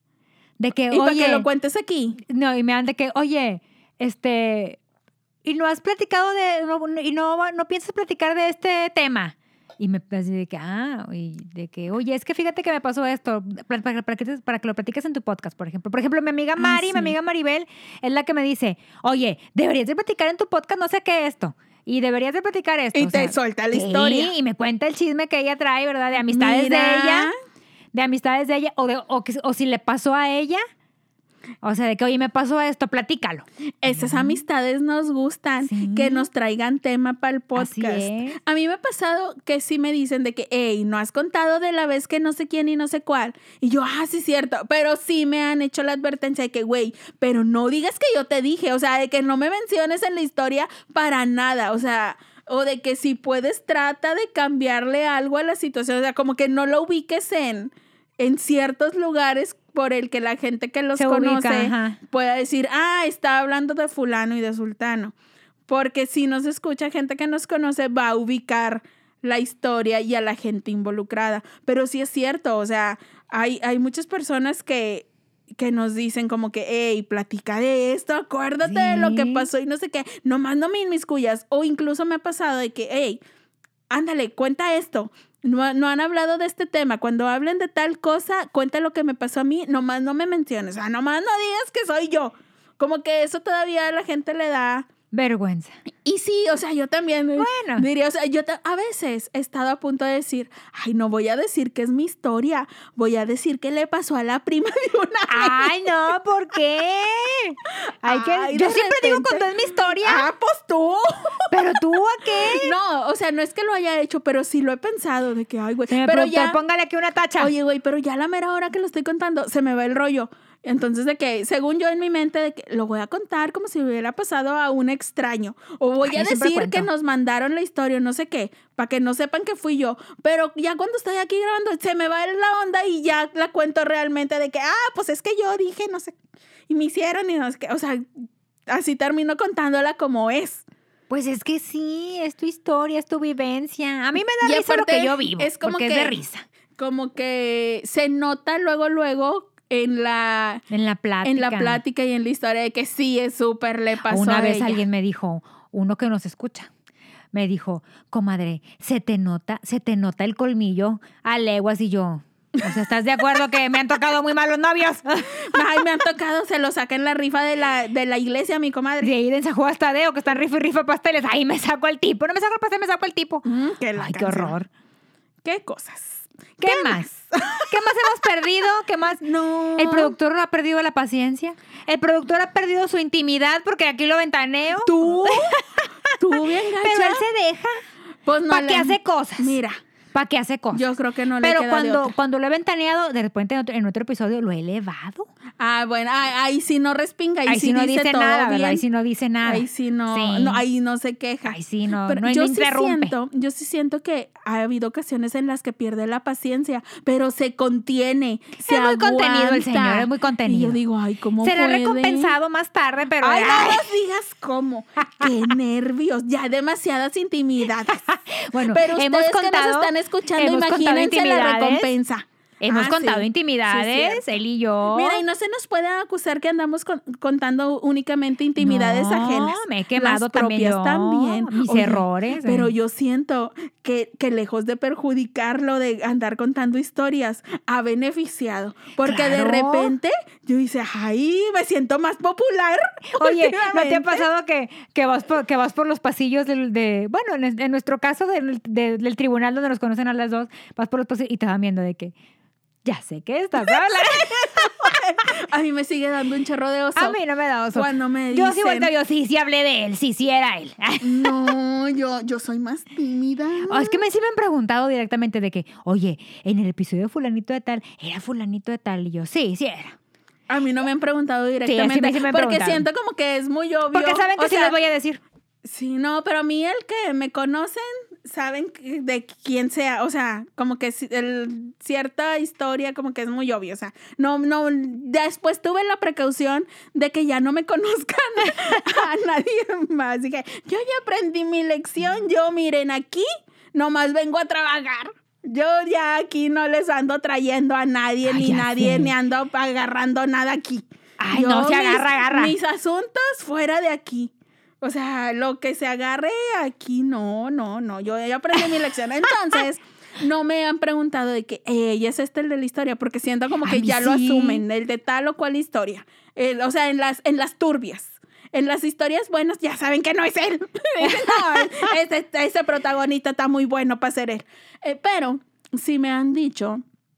Speaker 2: De que,
Speaker 1: Y para
Speaker 2: oye,
Speaker 1: que lo cuentes aquí.
Speaker 2: no, y me han de que, oye, este, y no has platicado de, no, y no, no piensas platicar de este tema. Y me así de que, ah, y de que, oye, es que fíjate que me pasó esto, para, para, para que, te- para que lo platiques en tu podcast, por ejemplo. Por ejemplo, mi amiga
Speaker 1: Ah,
Speaker 2: Mari,
Speaker 1: sí.
Speaker 2: mi amiga Maribel, es la que me dice, oye, deberías de platicar en tu podcast no sé qué esto. Y deberías de platicar esto.
Speaker 1: Y
Speaker 2: O
Speaker 1: te
Speaker 2: sea,
Speaker 1: suelta la
Speaker 2: sí,
Speaker 1: historia.
Speaker 2: y me cuenta el chisme que ella trae, ¿verdad? De amistades
Speaker 1: Mira.
Speaker 2: de ella, de amistades de ella, o, de, o, que, o si le pasó a ella. O sea, de que, oye, me pasó esto, platícalo.
Speaker 1: Esas amistades nos gustan,
Speaker 2: Sí.
Speaker 1: que nos traigan tema para el podcast.
Speaker 2: Así es.
Speaker 1: A mí me ha pasado que sí me dicen de que, hey, no has contado de la vez que no sé quién y no sé cuál. Y yo, ah, sí, cierto. Pero sí me han hecho la advertencia de que, güey, pero no digas que yo te dije. O sea, de que no me menciones en la historia para nada. O sea, o de que si puedes, trata de cambiarle algo a la situación. O sea, como que no lo ubiques en, en ciertos lugares por el que la gente que los
Speaker 2: Se
Speaker 1: conoce
Speaker 2: ubica, ajá.
Speaker 1: pueda decir, ah, está hablando de fulano y de sultano. Porque si nos escucha gente que nos conoce, va a ubicar la historia y a la gente involucrada. Pero sí es cierto, o sea, hay, hay muchas personas que, que nos dicen como que, hey, platica de esto, acuérdate
Speaker 2: Sí.
Speaker 1: de lo que pasó y no sé qué. Nomás no me inmiscuyas. O incluso me ha pasado de que, hey, ándale, cuenta esto. No, no han hablado de este tema. Cuando hablen de tal cosa, cuenta lo que me pasó a mí. Nomás no me menciones. O sea, nomás no digas que soy yo. Como que eso todavía a la gente le da.
Speaker 2: Vergüenza.
Speaker 1: Y sí, o sea, yo también
Speaker 2: Bueno.
Speaker 1: diría, o sea, yo ta- a veces he estado a punto de decir, ay, no voy a decir que es mi historia. Voy a decir que le pasó a la prima de una
Speaker 2: Ay, no, ¿por qué? Hay que,
Speaker 1: Ay,
Speaker 2: yo
Speaker 1: de
Speaker 2: siempre digo
Speaker 1: repente-
Speaker 2: cuando es mi historia.
Speaker 1: Ah, pues tú.
Speaker 2: Pero tú, ¿a qué?
Speaker 1: No, o sea, no es que lo haya hecho, pero sí lo he pensado de que, ay, güey.
Speaker 2: Señor
Speaker 1: Pero
Speaker 2: productor,
Speaker 1: ya,
Speaker 2: póngale aquí una tacha.
Speaker 1: oye, güey, pero ya a la mera hora que lo estoy contando, se me va el rollo. Entonces, de que, según yo en mi mente, de que lo voy a contar como si hubiera pasado a un extraño. O voy
Speaker 2: Ay,
Speaker 1: a
Speaker 2: yo siempre
Speaker 1: decir
Speaker 2: cuento.
Speaker 1: que nos mandaron la historia, no sé qué, para que no sepan que fui yo. Pero ya cuando estoy aquí grabando, se me va la onda y ya la cuento realmente de que, ah, pues es que yo dije, no sé, y me hicieron y no sé qué. O sea, así termino contándola como es.
Speaker 2: Pues es que sí, es tu historia, es tu vivencia. A mí me da
Speaker 1: Y
Speaker 2: risa lo
Speaker 1: aparte,
Speaker 2: que yo vivo,
Speaker 1: es como
Speaker 2: porque
Speaker 1: que-
Speaker 2: es de risa.
Speaker 1: Como que se nota luego, luego en la...
Speaker 2: En la plática.
Speaker 1: En la plática y en la historia de que sí, es súper le pasó
Speaker 2: Una
Speaker 1: a
Speaker 2: vez
Speaker 1: ella.
Speaker 2: alguien me dijo, uno que nos escucha, me dijo, comadre, se te nota, se te nota el colmillo a leguas. Y yo, o sea, ¿estás de acuerdo que me han tocado muy malos novios?
Speaker 1: Ay, me han tocado, se lo saca en la rifa de la, de la iglesia, mi comadre.
Speaker 2: De ahí de San Juan Tadeo, que están rifa y rifa pasteles. Ahí me saco el tipo. No me saco el pastel, me saco el tipo.
Speaker 1: Mm, que la
Speaker 2: Ay, qué
Speaker 1: canción.
Speaker 2: horror.
Speaker 1: Qué cosas.
Speaker 2: ¿Qué, más? ¿Qué más hemos perdido? ¿Qué más?
Speaker 1: No.
Speaker 2: El productor ha perdido la paciencia. El productor ha perdido su intimidad porque aquí lo ventaneo.
Speaker 1: ¿Tú? ¿Tú bien gacha?
Speaker 2: Pero él se deja.
Speaker 1: Pues no
Speaker 2: ¿Para
Speaker 1: le-
Speaker 2: qué hace cosas?
Speaker 1: Mira,
Speaker 2: ¿Para qué hace cosas?
Speaker 1: yo creo que no le
Speaker 2: Pero
Speaker 1: queda de
Speaker 2: cuando,
Speaker 1: otra.
Speaker 2: cuando lo he ventaneado, de repente en otro, en otro episodio lo he elevado.
Speaker 1: Ah, bueno, ahí, ahí sí no respinga, ahí,
Speaker 2: Ahí, sí no
Speaker 1: dice,
Speaker 2: dice
Speaker 1: todo
Speaker 2: nada,
Speaker 1: bien.
Speaker 2: ¿verdad? Ahí sí no dice nada.
Speaker 1: Ahí sí no,
Speaker 2: Sí.
Speaker 1: no, ahí no se queja.
Speaker 2: Ahí sí no,
Speaker 1: Pero
Speaker 2: no,
Speaker 1: yo
Speaker 2: no
Speaker 1: sí
Speaker 2: interrumpe.
Speaker 1: siento, yo sí siento que ha habido ocasiones en las que pierde la paciencia, pero se contiene, se
Speaker 2: Es muy contenido el
Speaker 1: aguanta.
Speaker 2: señor, es muy contenido.
Speaker 1: Y yo digo, ay, ¿cómo
Speaker 2: Será
Speaker 1: puede?
Speaker 2: recompensado más tarde, pero...
Speaker 1: Ay, no
Speaker 2: ay.
Speaker 1: nos digas cómo. Qué nervios, ya demasiadas intimidades.
Speaker 2: Bueno,
Speaker 1: Pero ustedes
Speaker 2: hemos
Speaker 1: que nos
Speaker 2: contado,
Speaker 1: están escuchando,
Speaker 2: hemos contado
Speaker 1: imagínense la
Speaker 2: intimidades.
Speaker 1: recompensa.
Speaker 2: Hemos
Speaker 1: Ah,
Speaker 2: contado
Speaker 1: sí. Sí,
Speaker 2: intimidades,
Speaker 1: es cierto.
Speaker 2: él y yo.
Speaker 1: Mira, y no se nos puede acusar que andamos con- contando únicamente intimidades
Speaker 2: No,
Speaker 1: ajenas.
Speaker 2: me he quemado
Speaker 1: Las
Speaker 2: también
Speaker 1: propias
Speaker 2: yo,
Speaker 1: también.
Speaker 2: mis errores,
Speaker 1: Pero
Speaker 2: eh.
Speaker 1: yo siento que, que lejos de perjudicarlo de andar contando historias, ha beneficiado. Porque de
Speaker 2: Claro.
Speaker 1: repente yo dice, ay, me siento más popular.
Speaker 2: Oye, ¿no te ha
Speaker 1: últimamente".
Speaker 2: pasado que, que, vas, por, que vas por los pasillos del, de... Bueno, en, en nuestro caso del, de- del tribunal donde nos conocen a las dos, vas por los pasillos y te van viendo de que... Ya sé que estás hablando.
Speaker 1: A mí me sigue dando un chorro de oso.
Speaker 2: A mí no me da oso.
Speaker 1: Cuando me
Speaker 2: Yo sí
Speaker 1: dicen-
Speaker 2: vuelto, yo sí, sí hablé de él, sí, sí era él.
Speaker 1: No, yo, yo soy más tímida.
Speaker 2: Oh, es que me sí me han preguntado directamente de que, oye, en el episodio de fulanito de tal, ¿era fulanito de tal? Y yo, sí, sí era.
Speaker 1: A mí no me han preguntado
Speaker 2: así
Speaker 1: directamente.
Speaker 2: me- sí me han
Speaker 1: porque
Speaker 2: preguntado.
Speaker 1: siento como que es muy obvio.
Speaker 2: Porque saben que
Speaker 1: O
Speaker 2: sí
Speaker 1: sea,
Speaker 2: les voy a decir.
Speaker 1: Sí, no, pero a mí el que me conocen saben que- de quién sea, o sea, como que si- el, cierta historia como que es muy obvio, o sea, no, no, después tuve la precaución de que ya no me conozcan a nadie más, dije, yo ya aprendí mi lección, yo miren aquí, nomás vengo a trabajar. Yo ya aquí no les ando trayendo a nadie,
Speaker 2: Ay,
Speaker 1: ni
Speaker 2: ya
Speaker 1: nadie,
Speaker 2: sé.
Speaker 1: ni ando agarrando nada aquí.
Speaker 2: Ay, no, se
Speaker 1: mis-
Speaker 2: agarra, agarra.
Speaker 1: Mis asuntos fuera de aquí. O sea, lo que se agarre aquí, no, no, no. Yo ya aprendí mi lección. Entonces, no me han preguntado de que ella es este el de la historia, porque siento como
Speaker 2: A
Speaker 1: que
Speaker 2: mí
Speaker 1: ya lo
Speaker 2: sí.
Speaker 1: asumen, el de tal o cual historia. El- o sea, en las, en las turbias. En las historias buenas ya saben que no es él. Dicen, no, ese, ese protagonista está muy bueno para ser él. Eh, pero sí me han dicho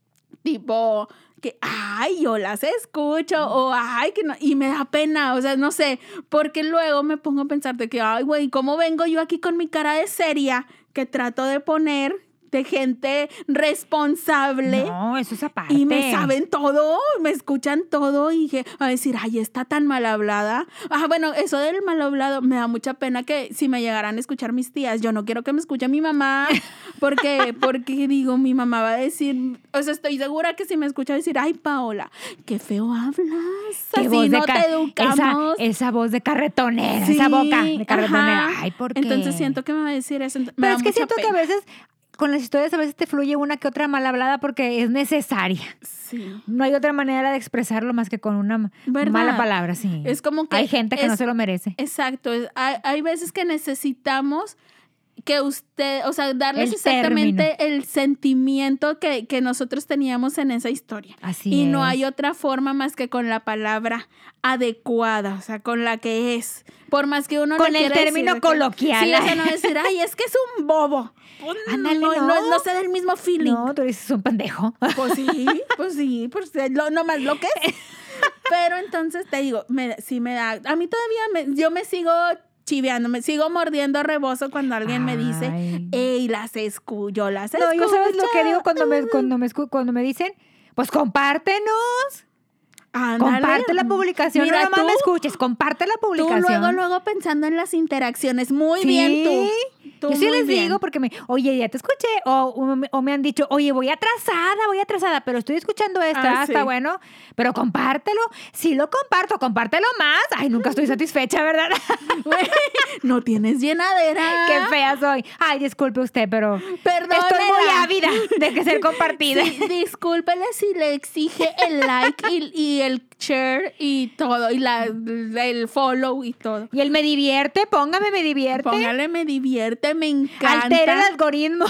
Speaker 1: tipo que, ay, yo las escucho, o ay, que no, y me da pena, o sea, no sé, porque luego me pongo a pensar de que, ay, güey, ¿cómo vengo yo aquí con mi cara de seria que trato de poner de gente responsable?
Speaker 2: No, eso es aparte.
Speaker 1: Y me saben todo, me escuchan todo y que a decir, ay, está tan mal hablada. Ah, bueno, eso del mal hablado me da mucha pena que si me llegaran a escuchar mis tías, yo no quiero que me escuche mi mamá, porque, porque digo, mi mamá va a decir, o sea, estoy segura que si me escucha va a decir, ay, Paola, qué feo hablas,
Speaker 2: Qué
Speaker 1: así
Speaker 2: voz de
Speaker 1: no
Speaker 2: ca-
Speaker 1: te educamos.
Speaker 2: Esa, esa voz de carretonera,
Speaker 1: Sí,
Speaker 2: esa boca de carretonera.
Speaker 1: ajá.
Speaker 2: Ay, ¿por qué?
Speaker 1: Entonces siento que me va a decir eso. Me
Speaker 2: Pero
Speaker 1: da
Speaker 2: es que
Speaker 1: mucha
Speaker 2: siento que a
Speaker 1: pena.
Speaker 2: veces, con las historias a veces te fluye una que otra mal hablada porque es necesaria.
Speaker 1: Sí.
Speaker 2: No hay otra manera de expresarlo más que con una
Speaker 1: ¿Verdad?
Speaker 2: mala palabra, sí.
Speaker 1: Es como que
Speaker 2: hay gente que
Speaker 1: es-
Speaker 2: no se lo merece.
Speaker 1: Exacto. es- Hay, hay veces que necesitamos que usted, o sea, darles
Speaker 2: El
Speaker 1: exactamente el sentimiento que, que nosotros teníamos en esa historia.
Speaker 2: Así
Speaker 1: y
Speaker 2: es.
Speaker 1: no hay otra forma más que con la palabra adecuada, o sea, con la que es. Por más que uno
Speaker 2: Con
Speaker 1: le
Speaker 2: el
Speaker 1: quiera
Speaker 2: término
Speaker 1: decir de que-
Speaker 2: coloquial.
Speaker 1: Sí, o sea, no decir, ay, es que es un bobo. Pues,
Speaker 2: Ándale,
Speaker 1: no,
Speaker 2: no.
Speaker 1: no, no se da el mismo feeling.
Speaker 2: No, tú eres un pendejo.
Speaker 1: Pues sí, pues sí, pues lo, no más lo que es. Pero entonces te digo, me, sí me da, a mí todavía, me, yo me sigo chiveando, me sigo mordiendo rebozo cuando alguien me dice,
Speaker 2: Ay.
Speaker 1: ey, las escucho, yo las
Speaker 2: No,
Speaker 1: escucho.
Speaker 2: yo sabes lo que digo cuando me, cuando me, escu- cuando me dicen, pues compártenos.
Speaker 1: Ándale.
Speaker 2: Comparte la publicación.
Speaker 1: Mira,
Speaker 2: no nomás
Speaker 1: tú,
Speaker 2: me escuches, comparte la
Speaker 1: tú
Speaker 2: publicación.
Speaker 1: luego, luego pensando en las interacciones. Muy
Speaker 2: Sí.
Speaker 1: bien tú. Tú
Speaker 2: Yo sí
Speaker 1: muy
Speaker 2: les
Speaker 1: bien.
Speaker 2: digo porque me, oye, ya te escuché. O, o me- o me han dicho, oye, voy atrasada, voy atrasada, pero estoy escuchando esta,
Speaker 1: Ah,
Speaker 2: está
Speaker 1: sí.
Speaker 2: bueno. Pero compártelo. Sí lo comparto, compártelo más. Ay, nunca estoy satisfecha, ¿verdad?
Speaker 1: Güey, no tienes llenadera.
Speaker 2: Qué fea soy. Ay, disculpe usted, pero
Speaker 1: Perdónela.
Speaker 2: estoy muy ávida de que ser compartida.
Speaker 1: Sí, discúlpele si le exige el like y, y el share y todo, y la, el follow y todo.
Speaker 2: Y él me divierte, póngame, me divierte.
Speaker 1: Póngale, me divierte, me encanta.
Speaker 2: Altera el algoritmo.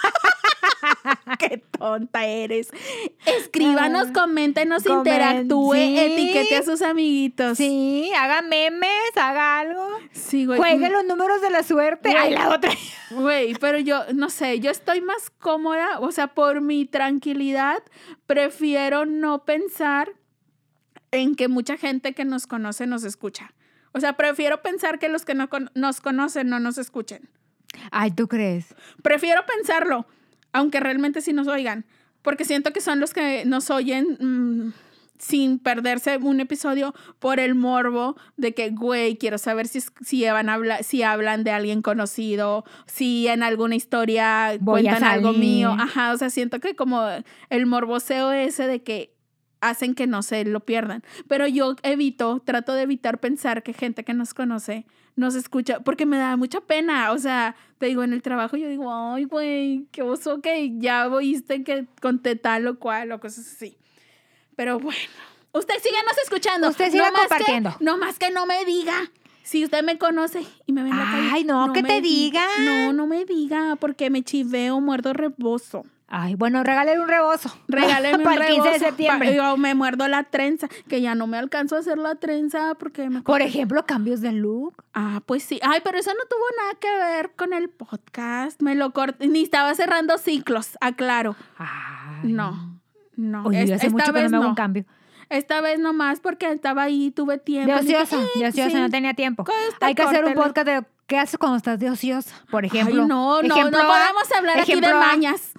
Speaker 1: Qué tonta eres. Escríbanos,
Speaker 2: Ah,
Speaker 1: coméntenos,
Speaker 2: comen-
Speaker 1: interactúe,
Speaker 2: sí.
Speaker 1: etiquete a sus amiguitos.
Speaker 2: Sí, haga memes, haga algo.
Speaker 1: Sí, güey.
Speaker 2: Juegue los números de la suerte.
Speaker 1: Güey.
Speaker 2: Ay, la otra.
Speaker 1: Güey, pero yo, no sé, yo estoy más cómoda, o sea, por mi tranquilidad, prefiero no pensar en que mucha gente que nos conoce nos escucha. O sea, prefiero pensar que los que no con- nos conocen no nos escuchen.
Speaker 2: Ay, ¿tú crees?
Speaker 1: Prefiero pensarlo, aunque realmente sí nos oigan, porque siento que son los que nos oyen mmm, sin perderse un episodio por el morbo de que, güey, quiero saber si, es- si, van a hablar, si hablan de alguien conocido, si en alguna historia
Speaker 2: Voy a
Speaker 1: cuentan algo
Speaker 2: salir.
Speaker 1: mío. Ajá, o sea, siento que como el morboseo ese de que hacen que no se lo pierdan. Pero yo evito, trato de evitar pensar que gente que nos conoce nos escucha, porque me da mucha pena. O sea, te digo, en el trabajo yo digo, ay, güey, qué oso que ya oíste que conté tal o cual o cosas así. Pero bueno, usted síganos escuchando.
Speaker 2: Usted siga
Speaker 1: No más que-
Speaker 2: compartiendo.
Speaker 1: No más que no me diga. Si usted me conoce y me ve en la calle.
Speaker 2: Ay, no, que
Speaker 1: me
Speaker 2: te
Speaker 1: di-
Speaker 2: diga.
Speaker 1: No, no me diga, porque me chiveo, muerdo rebozo.
Speaker 2: Ay, bueno, regálale un rebozo.
Speaker 1: Regáleme un
Speaker 2: Para el quince de
Speaker 1: rebozo,
Speaker 2: septiembre.
Speaker 1: pa- yo me muerdo la trenza, que ya no me alcanzo a hacer la trenza porque me...
Speaker 2: Por ejemplo, cambios de look.
Speaker 1: Ah, pues sí. Ay, pero eso no tuvo nada que ver con el podcast. Me lo corté. Ni estaba cerrando ciclos, aclaro.
Speaker 2: Ay.
Speaker 1: No, no.
Speaker 2: Oye, yo
Speaker 1: Es-
Speaker 2: hace mucho que no
Speaker 1: vez
Speaker 2: me hago
Speaker 1: no.
Speaker 2: un cambio.
Speaker 1: Esta vez nomás porque estaba ahí, tuve tiempo.
Speaker 2: De
Speaker 1: dije,
Speaker 2: ociosa,
Speaker 1: eh,
Speaker 2: de ociosa,
Speaker 1: sí.
Speaker 2: no tenía tiempo.
Speaker 1: Costa,
Speaker 2: Hay que hacer un
Speaker 1: córtale.
Speaker 2: podcast de qué haces cuando estás de ociosa, por ejemplo.
Speaker 1: Ay, no, no,
Speaker 2: Ejemplo
Speaker 1: no
Speaker 2: A,
Speaker 1: podemos hablar aquí de
Speaker 2: ejemplo A.
Speaker 1: mañas.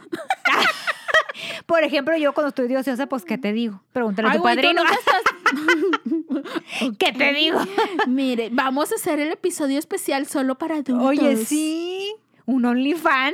Speaker 2: Por ejemplo, yo cuando estoy de ociosa, pues, ¿qué te digo? Pregúntale a
Speaker 1: Ay,
Speaker 2: tu
Speaker 1: güey, tú
Speaker 2: padrino.
Speaker 1: nunca estás-
Speaker 2: ¿Qué te digo?
Speaker 1: Mire, vamos a hacer el episodio especial solo para adultos.
Speaker 2: Oye, sí. Un OnlyFans.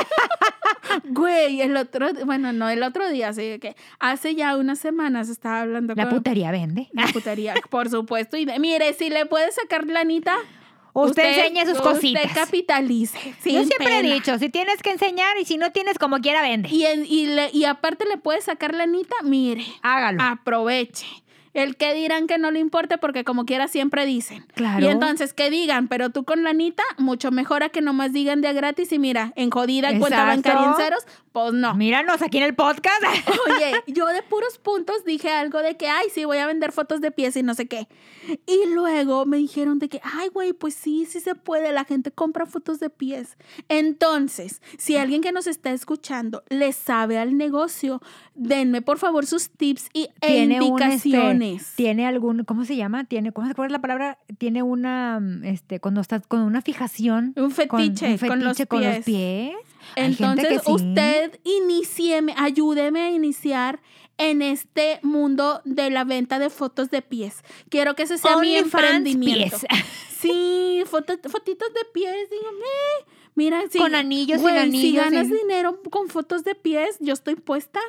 Speaker 1: Güey, el otro, bueno, no el otro día, así que hace ya unas semanas estaba hablando
Speaker 2: La
Speaker 1: con
Speaker 2: putería vende.
Speaker 1: la putería, por supuesto. Y de- mire, si le puede sacar lanita,
Speaker 2: Usted enseñe sus cositas.
Speaker 1: Usted capitalice.
Speaker 2: Yo
Speaker 1: sin
Speaker 2: siempre
Speaker 1: pena.
Speaker 2: he dicho, si tienes que enseñar y si no tienes, como quiera, vende.
Speaker 1: Y, en- y, le- y aparte le puede sacar lanita, mire,
Speaker 2: Hágalo.
Speaker 1: aproveche. El que dirán que no le importe porque como quiera siempre dicen.
Speaker 2: Claro.
Speaker 1: Y entonces que digan, pero tú con lanita, mucho mejor a que nomás digan de a gratis y mira, en jodida, en cuenta
Speaker 2: Exacto.
Speaker 1: bancaria en ceros, pues no.
Speaker 2: Míranos aquí en el podcast.
Speaker 1: Oye, yo de puros puntos dije algo de que, ay, sí, voy a vender fotos de pies y no sé qué. Y luego me dijeron de que, ay, güey, pues sí, sí se puede, la gente compra fotos de pies. Entonces, si alguien que nos está escuchando le sabe al negocio, denme por favor sus tips y, e
Speaker 2: tiene
Speaker 1: indicaciones.
Speaker 2: Un, este, tiene algún, ¿cómo se llama? Tiene, ¿cómo se acuerda la palabra? Tiene una, este, cuando estás con una fijación.
Speaker 1: Un fetiche,
Speaker 2: con, un fetiche
Speaker 1: con los
Speaker 2: con
Speaker 1: pies.
Speaker 2: los pies. Hay
Speaker 1: Entonces,
Speaker 2: gente que sí.
Speaker 1: usted inícieme, ayúdeme a iniciar en este mundo de la venta de fotos de pies. Quiero que ese sea
Speaker 2: Only
Speaker 1: mi emprendimiento.
Speaker 2: Pies.
Speaker 1: Sí, foto, fotitos de pies, dígame. Mira, sí,
Speaker 2: con anillos
Speaker 1: güey,
Speaker 2: sin anillos.
Speaker 1: si ganas
Speaker 2: sin...
Speaker 1: dinero con fotos de pies, yo estoy puesta.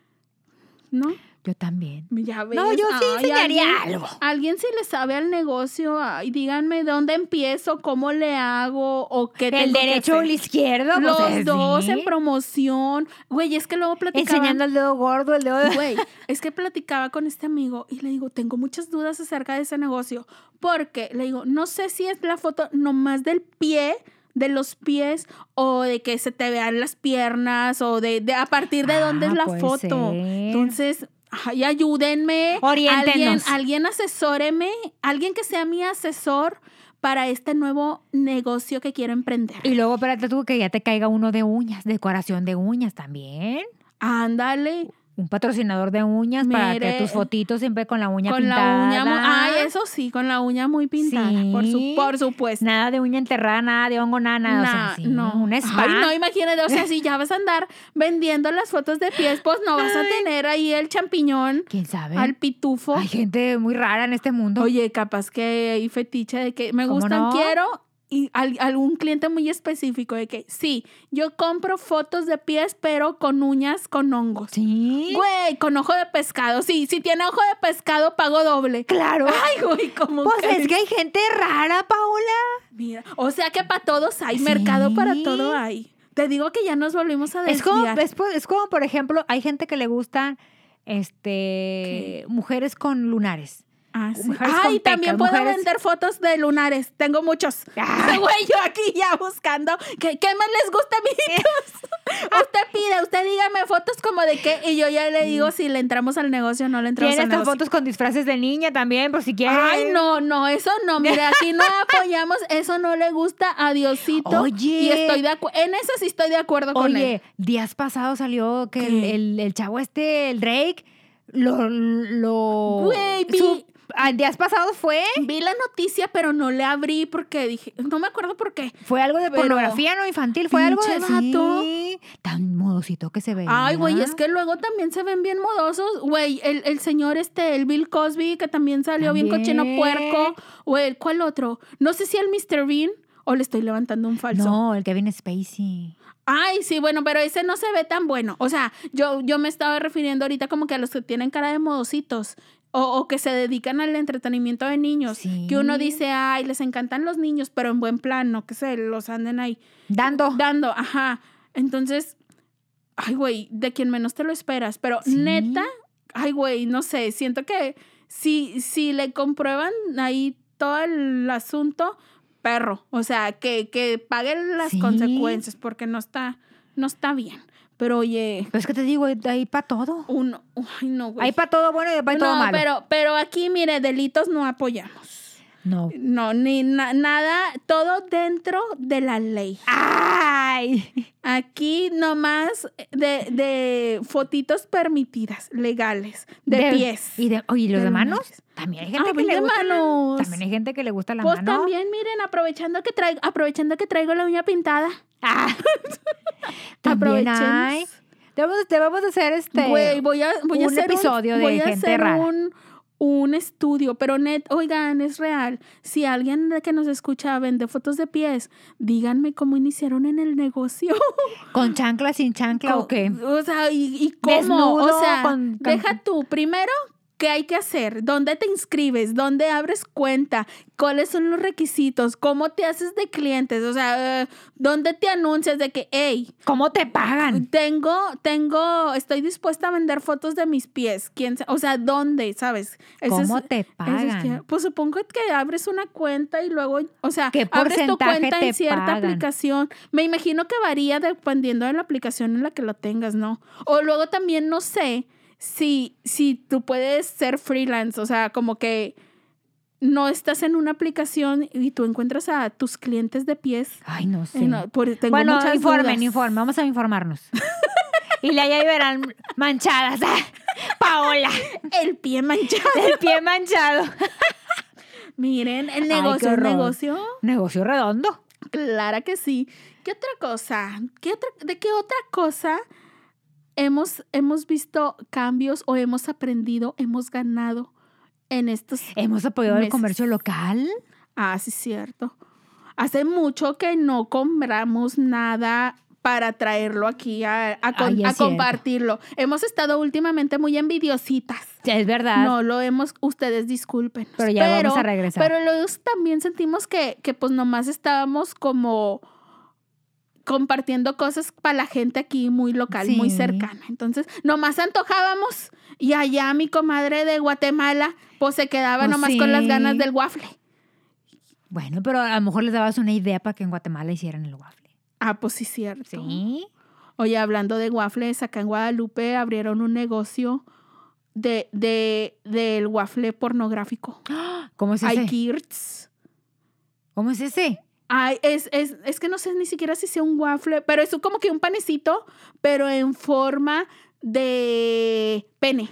Speaker 1: ¿No?
Speaker 2: Yo también.
Speaker 1: Ya ves.
Speaker 2: No, yo sí
Speaker 1: Ay,
Speaker 2: enseñaría
Speaker 1: alguien,
Speaker 2: algo.
Speaker 1: Alguien sí le sabe al negocio, ay, díganme dónde empiezo, cómo le hago o qué tengo
Speaker 2: El derecho o
Speaker 1: que
Speaker 2: el izquierdo.
Speaker 1: Los
Speaker 2: pues,
Speaker 1: dos
Speaker 2: sí.
Speaker 1: en promoción. Güey, es que luego platicaba.
Speaker 2: Enseñando el dedo gordo, el dedo...
Speaker 1: Güey, es que platicaba con este amigo y le digo, tengo muchas dudas acerca de ese negocio. Porque le digo, no sé si es la foto nomás del pie, de los pies, o de que se te vean las piernas, o de, de a partir de
Speaker 2: Ah,
Speaker 1: dónde es la
Speaker 2: puede
Speaker 1: foto.
Speaker 2: ser.
Speaker 1: Entonces, ay, ayúdenme.
Speaker 2: Oriéntenos.
Speaker 1: Alguien, alguien asesóreme, alguien que sea mi asesor para este nuevo negocio que quiero emprender.
Speaker 2: Y luego, espérate tú, que ya te caiga uno de uñas, decoración de uñas también.
Speaker 1: Ándale.
Speaker 2: Un patrocinador de uñas para
Speaker 1: Mire,
Speaker 2: que tus fotitos siempre con la uña
Speaker 1: con
Speaker 2: pintada.
Speaker 1: la uña, mu- ay, eso sí, con la uña muy pintada,
Speaker 2: Sí.
Speaker 1: por, su, por supuesto.
Speaker 2: Nada de uña enterrada, nada de hongo, nada, nada.
Speaker 1: Nah,
Speaker 2: o sea, sí,
Speaker 1: no.
Speaker 2: un spa.
Speaker 1: Ay, no, imagínate, o sea, si ya vas a andar vendiendo las fotos de pies, pues no vas a tener ahí el champiñón
Speaker 2: ¿Quién sabe?
Speaker 1: al pitufo.
Speaker 2: Hay gente muy rara en este mundo.
Speaker 1: Oye, capaz que hay fetiche de que me
Speaker 2: ¿Cómo
Speaker 1: gustan,
Speaker 2: no?
Speaker 1: quiero, y al- algún cliente muy específico de que sí, yo compro fotos de pies, pero con uñas con hongos.
Speaker 2: Sí.
Speaker 1: Güey, con ojo de pescado. Sí, si tiene ojo de pescado, pago doble.
Speaker 2: Claro.
Speaker 1: Ay, güey, como
Speaker 2: Pues es que hay gente rara, Paola.
Speaker 1: Mira, o sea que para todos hay,
Speaker 2: Sí.
Speaker 1: mercado para todo hay. Te digo que ya nos volvimos a desviar.
Speaker 2: Es como, es, po- es como, por ejemplo, hay gente que le gusta este,
Speaker 1: ¿Qué?
Speaker 2: mujeres con lunares.
Speaker 1: Ah, sí.
Speaker 2: mujeres
Speaker 1: Ay,
Speaker 2: con
Speaker 1: también
Speaker 2: pecas,
Speaker 1: puedo
Speaker 2: mujeres-
Speaker 1: vender fotos de lunares. Tengo muchos.
Speaker 2: Ay.
Speaker 1: Güey, yo aquí ya buscando. ¿Qué, qué más les gusta, amiguitos? Usted pide, usted dígame fotos como de qué. Y yo ya le digo si le entramos al negocio o no le entramos
Speaker 2: Tiene
Speaker 1: al
Speaker 2: estas
Speaker 1: negocio.
Speaker 2: fotos con disfraces de niña también, por si quieren.
Speaker 1: Ay, no, no, eso no. Mire, aquí no apoyamos. Eso no le gusta a Diosito.
Speaker 2: Oye.
Speaker 1: Y estoy de acuerdo. En eso sí estoy de acuerdo con él.
Speaker 2: Oye, días pasados salió que el,
Speaker 1: ¿Qué?
Speaker 2: el, el chavo este, el Drake, lo... lo
Speaker 1: Güey, vi-
Speaker 2: su- ah, días pasados fue...
Speaker 1: Vi la noticia, pero no le abrí porque dije, no me acuerdo por qué.
Speaker 2: Fue algo de
Speaker 1: Pero-
Speaker 2: pornografía, ¿no? Infantil. Fue algo de...
Speaker 1: Pinche vato.
Speaker 2: Sí, tan modosito que se veía.
Speaker 1: Ay, güey, es que luego también se ven bien modosos. Güey, el, el señor este, el Bill Cosby, que también salió bien
Speaker 2: También.
Speaker 1: cochino puerco. Güey, ¿cuál otro? No sé si el mister Bean o le estoy levantando un falso.
Speaker 2: No, el Kevin Spacey.
Speaker 1: Ay, sí, bueno, pero ese no se ve tan bueno. O sea, yo, yo me estaba refiriendo ahorita como que a los que tienen cara de modositos. O, o que se dedican al entretenimiento de niños.
Speaker 2: Sí.
Speaker 1: Que uno dice, ay, les encantan los niños, pero en buen plan, no que se los anden ahí
Speaker 2: Dando.
Speaker 1: dando. Ajá. Entonces, ay, güey, de quien menos te lo esperas. Pero
Speaker 2: Sí.
Speaker 1: neta, ay, güey, no sé, siento que si, si le comprueban ahí todo el asunto, perro. O sea, que, que paguen las
Speaker 2: Sí.
Speaker 1: consecuencias porque no está, no está bien. Pero oye,
Speaker 2: Pero es que te digo, hay para todo.
Speaker 1: uno, ay, no, güey.
Speaker 2: Hay para todo bueno y hay para todo
Speaker 1: No,
Speaker 2: malo.
Speaker 1: pero, pero aquí, mire, delitos no apoyamos.
Speaker 2: No.
Speaker 1: No, ni na- nada, todo dentro de la ley.
Speaker 2: ¡Ay!
Speaker 1: Aquí nomás de, de fotitos permitidas, legales, de, pies.
Speaker 2: ¿Y de, oye, ¿y los
Speaker 1: de
Speaker 2: de manos?
Speaker 1: lunares.
Speaker 2: También hay gente
Speaker 1: Ah,
Speaker 2: que le
Speaker 1: de
Speaker 2: gusta la-
Speaker 1: manos.
Speaker 2: También hay gente que le gusta la
Speaker 1: Pues
Speaker 2: mano.
Speaker 1: también, miren, aprovechando que traigo, aprovechando que traigo la uña pintada.
Speaker 2: Ah. También
Speaker 1: Aprovechemos.
Speaker 2: hay. Debemos, debemos hacer este...
Speaker 1: Güey, voy a, voy a
Speaker 2: un
Speaker 1: hacer
Speaker 2: episodio
Speaker 1: un,
Speaker 2: de
Speaker 1: voy a
Speaker 2: gente
Speaker 1: hacer
Speaker 2: rara.
Speaker 1: un, un estudio, pero net, oigan, es real. Si alguien de que nos escucha vende fotos de pies, díganme cómo iniciaron en el negocio.
Speaker 2: ¿Con chancla, sin chancla o qué?
Speaker 1: O sea, ¿y, y cómo?
Speaker 2: Desnudo,
Speaker 1: o sea,
Speaker 2: con- con-
Speaker 1: deja tú, primero, ¿Qué hay que hacer? ¿Dónde te inscribes? ¿Dónde abres cuenta? ¿Cuáles son los requisitos? ¿Cómo te haces de clientes? O sea, uh, ¿dónde te anuncias de que, hey,
Speaker 2: ¿cómo te pagan?
Speaker 1: Tengo, tengo, estoy dispuesta a vender fotos de mis pies. ¿Quién, o sea, ¿dónde? ¿Sabes? Eso
Speaker 2: ¿Cómo
Speaker 1: es,
Speaker 2: te pagan?
Speaker 1: Es que, pues supongo que abres una cuenta y luego, o sea,
Speaker 2: ¿Qué
Speaker 1: abres tu
Speaker 2: porcentaje
Speaker 1: cuenta
Speaker 2: te
Speaker 1: en cierta
Speaker 2: pagan?
Speaker 1: aplicación. Me imagino que varía dependiendo de la aplicación en la que lo tengas, ¿no? O luego también no sé si, si tú puedes ser freelance, o sea, como que no estás en una aplicación y tú encuentras a tus clientes de pies.
Speaker 2: Ay, no sé.
Speaker 1: Eh, no, por, tengo
Speaker 2: bueno,
Speaker 1: muchas
Speaker 2: informen,
Speaker 1: dudas.
Speaker 2: informen. Vamos a informarnos. Y la ahí verán manchadas. Paola.
Speaker 1: El pie manchado.
Speaker 2: El pie manchado.
Speaker 1: Miren, el
Speaker 2: Ay,
Speaker 1: negocio
Speaker 2: qué
Speaker 1: es
Speaker 2: horror.
Speaker 1: negocio.
Speaker 2: Negocio redondo.
Speaker 1: Claro que sí. ¿Qué otra cosa? ¿Qué otra, ¿De qué otra cosa hemos, hemos visto cambios o hemos aprendido, hemos ganado en estos
Speaker 2: Hemos apoyado
Speaker 1: meses?
Speaker 2: el comercio local.
Speaker 1: Ah, sí, cierto. Hace mucho que no compramos nada para traerlo aquí a, a, con,
Speaker 2: Ay, es
Speaker 1: a
Speaker 2: cierto.
Speaker 1: compartirlo. Hemos estado últimamente muy envidiositas.
Speaker 2: Sí, es verdad.
Speaker 1: No lo hemos, ustedes disculpen.
Speaker 2: Pero ya vamos a regresar.
Speaker 1: Pero luego también sentimos que, que pues nomás estábamos como compartiendo cosas para la gente aquí muy local,
Speaker 2: Sí.
Speaker 1: muy cercana. Entonces, nomás antojábamos y allá mi comadre de Guatemala pues se quedaba
Speaker 2: Pues
Speaker 1: nomás
Speaker 2: sí.
Speaker 1: con las ganas del waffle.
Speaker 2: Bueno, pero a lo mejor les dabas una idea para que en Guatemala hicieran el waffle.
Speaker 1: Ah, pues sí, cierto.
Speaker 2: Sí.
Speaker 1: Oye, hablando de waffles, acá en Guadalupe abrieron un negocio de, de, del waffle pornográfico.
Speaker 2: ¿Cómo es
Speaker 1: Hay
Speaker 2: ese?
Speaker 1: Kirts.
Speaker 2: ¿Cómo es ese?
Speaker 1: Ay, es, es, es que no sé ni siquiera si sea un waffle, pero es como que un panecito, pero en forma de pene.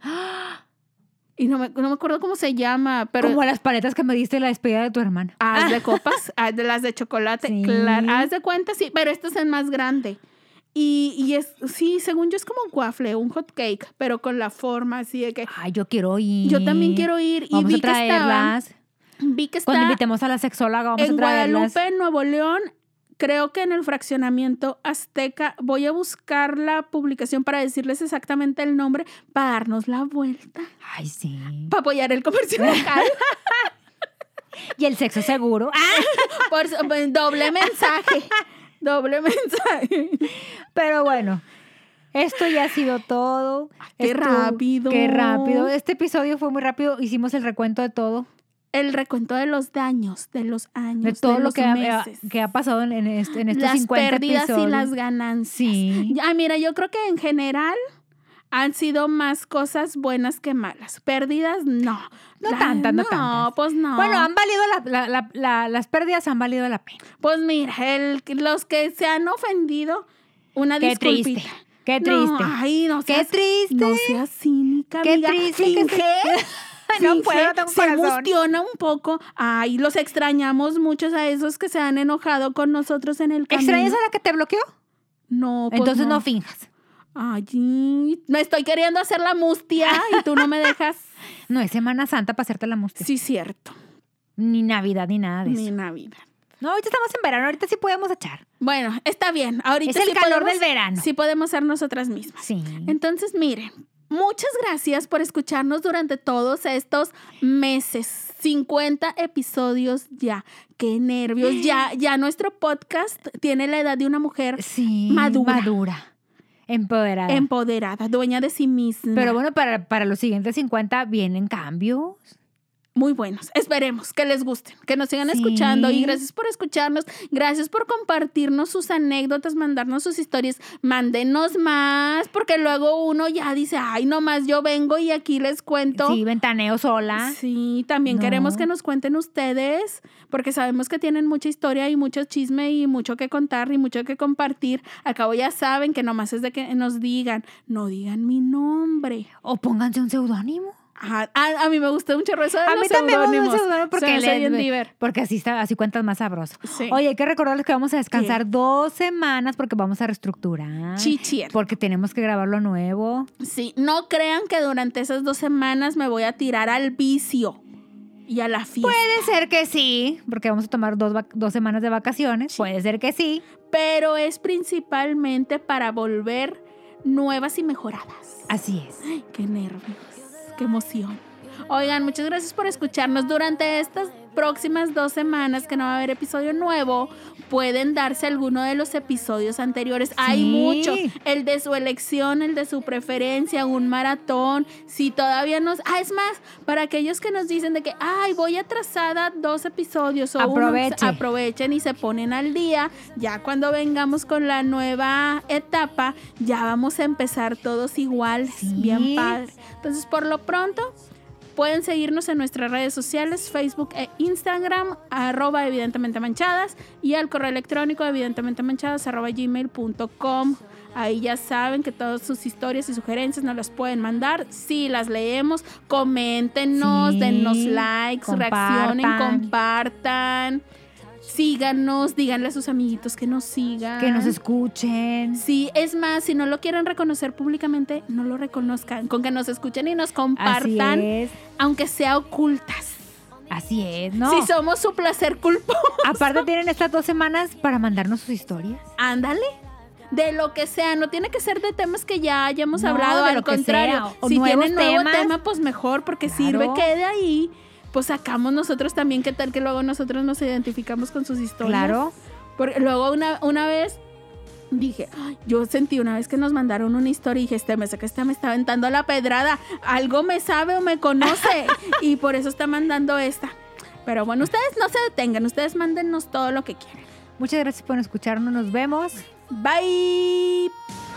Speaker 1: Y no me, no me acuerdo cómo se llama, pero...
Speaker 2: Como las paletas que me diste en la despedida de tu hermana.
Speaker 1: Haz de copas, haz de las de chocolate,
Speaker 2: Sí.
Speaker 1: claro, haz de cuenta, sí, pero este es el más grande. Y, y es, sí, según yo es como un waffle, un hot cake, pero con la forma así de que...
Speaker 2: Ay, yo quiero ir.
Speaker 1: Yo también quiero ir y
Speaker 2: Vamos
Speaker 1: vi
Speaker 2: a
Speaker 1: que estaba,
Speaker 2: traerlas.
Speaker 1: vi que
Speaker 2: Cuando
Speaker 1: está
Speaker 2: invitemos a la sexóloga, vamos
Speaker 1: en
Speaker 2: a traerlas.
Speaker 1: Guadalupe, Nuevo León. Creo que en el fraccionamiento Azteca. Voy a buscar la publicación para decirles exactamente el nombre, para darnos la vuelta,
Speaker 2: Ay, sí.
Speaker 1: para apoyar el comercio local.
Speaker 2: Y el sexo seguro. ¡Ah!
Speaker 1: Por su- doble mensaje, doble mensaje.
Speaker 2: Pero bueno, esto ya ha sido todo.
Speaker 1: ¡Qué
Speaker 2: Esto-
Speaker 1: rápido!
Speaker 2: ¡Qué rápido! Este episodio fue muy rápido. Hicimos el recuento de todo.
Speaker 1: El recuento de los daños, de los años,
Speaker 2: De todo
Speaker 1: de
Speaker 2: lo
Speaker 1: los
Speaker 2: que ha,
Speaker 1: meses.
Speaker 2: que ha pasado en, en, este- en estos
Speaker 1: las
Speaker 2: cincuenta
Speaker 1: pérdidas
Speaker 2: episodios.
Speaker 1: y las ganancias.
Speaker 2: Sí.
Speaker 1: Ah, mira, yo creo que en general han sido más cosas buenas que malas. Pérdidas, no.
Speaker 2: No
Speaker 1: La-
Speaker 2: tantas, no
Speaker 1: no,
Speaker 2: tantas.
Speaker 1: pues no.
Speaker 2: Bueno, han valido la, la- la- la- las pérdidas han valido la pena.
Speaker 1: Pues mira, el, los que se han ofendido, una
Speaker 2: Qué
Speaker 1: disculpita.
Speaker 2: triste, qué
Speaker 1: No,
Speaker 2: triste.
Speaker 1: ay, no
Speaker 2: Qué
Speaker 1: seas,
Speaker 2: triste.
Speaker 1: No seas cínica,
Speaker 2: Qué
Speaker 1: amiga.
Speaker 2: triste que
Speaker 1: Finge,
Speaker 2: No
Speaker 1: finge,
Speaker 2: puedo, no tengo
Speaker 1: se
Speaker 2: corazón.
Speaker 1: emociona un poco. Ay, los extrañamos muchos a esos que se han enojado con nosotros en el camino.
Speaker 2: ¿Extrañas a la que te bloqueó?
Speaker 1: No, pues
Speaker 2: Entonces no.
Speaker 1: no.
Speaker 2: finjas.
Speaker 1: Ay, me estoy queriendo hacer la mustia y tú no me dejas.
Speaker 2: No es Semana Santa para hacerte la mustia.
Speaker 1: Sí, cierto.
Speaker 2: Ni Navidad, ni nada de
Speaker 1: Ni
Speaker 2: eso.
Speaker 1: Navidad.
Speaker 2: No, ahorita estamos en verano, ahorita sí podemos echar.
Speaker 1: Bueno, está bien. Ahorita
Speaker 2: Es el
Speaker 1: sí
Speaker 2: calor
Speaker 1: podemos-
Speaker 2: del verano.
Speaker 1: Sí podemos ser nosotras mismas.
Speaker 2: Sí.
Speaker 1: Entonces, miren, muchas gracias por escucharnos durante todos estos meses. cincuenta episodios ya. Qué nervios. Ya, ya nuestro podcast tiene la edad de una mujer
Speaker 2: Sí.
Speaker 1: madura.
Speaker 2: Madura. Empoderada.
Speaker 1: empoderada, dueña de sí misma.
Speaker 2: Pero bueno, para, para los siguientes cincuenta vienen cambios.
Speaker 1: Muy buenos. Esperemos que les gusten, que nos sigan
Speaker 2: Sí.
Speaker 1: escuchando. Y gracias por escucharnos. Gracias por compartirnos sus anécdotas, mandarnos sus historias. Mándenos más, porque luego uno ya dice, ay, nomás yo vengo y aquí les cuento.
Speaker 2: Sí, ventaneo sola.
Speaker 1: Sí, también
Speaker 2: No.
Speaker 1: queremos que nos cuenten ustedes, porque sabemos que tienen mucha historia y mucho chisme y mucho que contar y mucho que compartir. Al cabo ya saben que nomás es de que nos digan, no digan mi nombre.
Speaker 2: O pónganse un seudónimo.
Speaker 1: Ajá. A, a mí me gustó un chorro eso de
Speaker 2: A
Speaker 1: los
Speaker 2: mí también me gusta
Speaker 1: seudónimos.
Speaker 2: un seudónimo porque
Speaker 1: Se me hace
Speaker 2: le-
Speaker 1: bien diver.
Speaker 2: Porque así está, así cuentas más sabroso.
Speaker 1: Sí.
Speaker 2: Oye, hay que recordarles que vamos a descansar dos semanas porque vamos a reestructurar.
Speaker 1: Chichier.
Speaker 2: Porque tenemos que grabar lo nuevo.
Speaker 1: Sí, no crean que durante esas dos semanas me voy a tirar al vicio y a la fiesta.
Speaker 2: Puede ser que sí, porque vamos a tomar dos, vac- dos semanas de vacaciones. Puede ser que sí.
Speaker 1: Pero es principalmente para volver nuevas y mejoradas.
Speaker 2: Así es.
Speaker 1: Ay, qué nervios. qué emoción. Oigan, muchas gracias por escucharnos durante estas próximas dos semanas que no va a haber episodio nuevo. Pueden darse alguno de los episodios anteriores. Sí. Hay muchos. El de su elección, el de su preferencia, un maratón. Si todavía nos... Ah, es más, para aquellos que nos dicen de que, ay, voy atrasada dos episodios o
Speaker 2: Aproveche.
Speaker 1: uno, aprovechen y se ponen al día. Ya cuando vengamos con la nueva etapa, ya vamos a empezar todos igual. Sí. Bien padre. Entonces, por lo pronto... pueden seguirnos en nuestras redes sociales, Facebook e Instagram, arroba evidentemente manchadas, y al correo electrónico evidentemente manchadas arroba gmail punto com. Ahí ya saben que todas sus historias y sugerencias nos las pueden mandar. Sí, las leemos. Coméntenos, sí, dennos likes, compartan. reaccionen, compartan. Síganos, díganle a sus amiguitos que nos sigan.
Speaker 2: Que nos escuchen.
Speaker 1: Sí, es más, si no lo quieren reconocer públicamente, no lo reconozcan. Con que nos escuchen y nos compartan,
Speaker 2: así es.
Speaker 1: Aunque sea ocultas.
Speaker 2: Así es, ¿no?
Speaker 1: Si somos su placer culposo.
Speaker 2: Aparte tienen estas dos semanas para mandarnos sus historias.
Speaker 1: Ándale. De lo que sea, no tiene que ser de temas que ya hayamos
Speaker 2: no,
Speaker 1: hablado, al contrario.
Speaker 2: O
Speaker 1: si tienen nuevo
Speaker 2: temas,
Speaker 1: tema, pues mejor, porque
Speaker 2: claro.
Speaker 1: sirve que de ahí... pues sacamos nosotros también, qué tal que luego nosotros nos identificamos con sus historias.
Speaker 2: Claro.
Speaker 1: Porque luego una, una vez dije, ay, yo sentí una vez que nos mandaron una historia y dije, este me sé que este me está aventando la pedrada, algo me sabe o me conoce y por eso está mandando esta. Pero bueno, ustedes no se detengan, ustedes mándennos todo lo que quieran.
Speaker 2: Muchas gracias por escucharnos, nos vemos.
Speaker 1: Bye.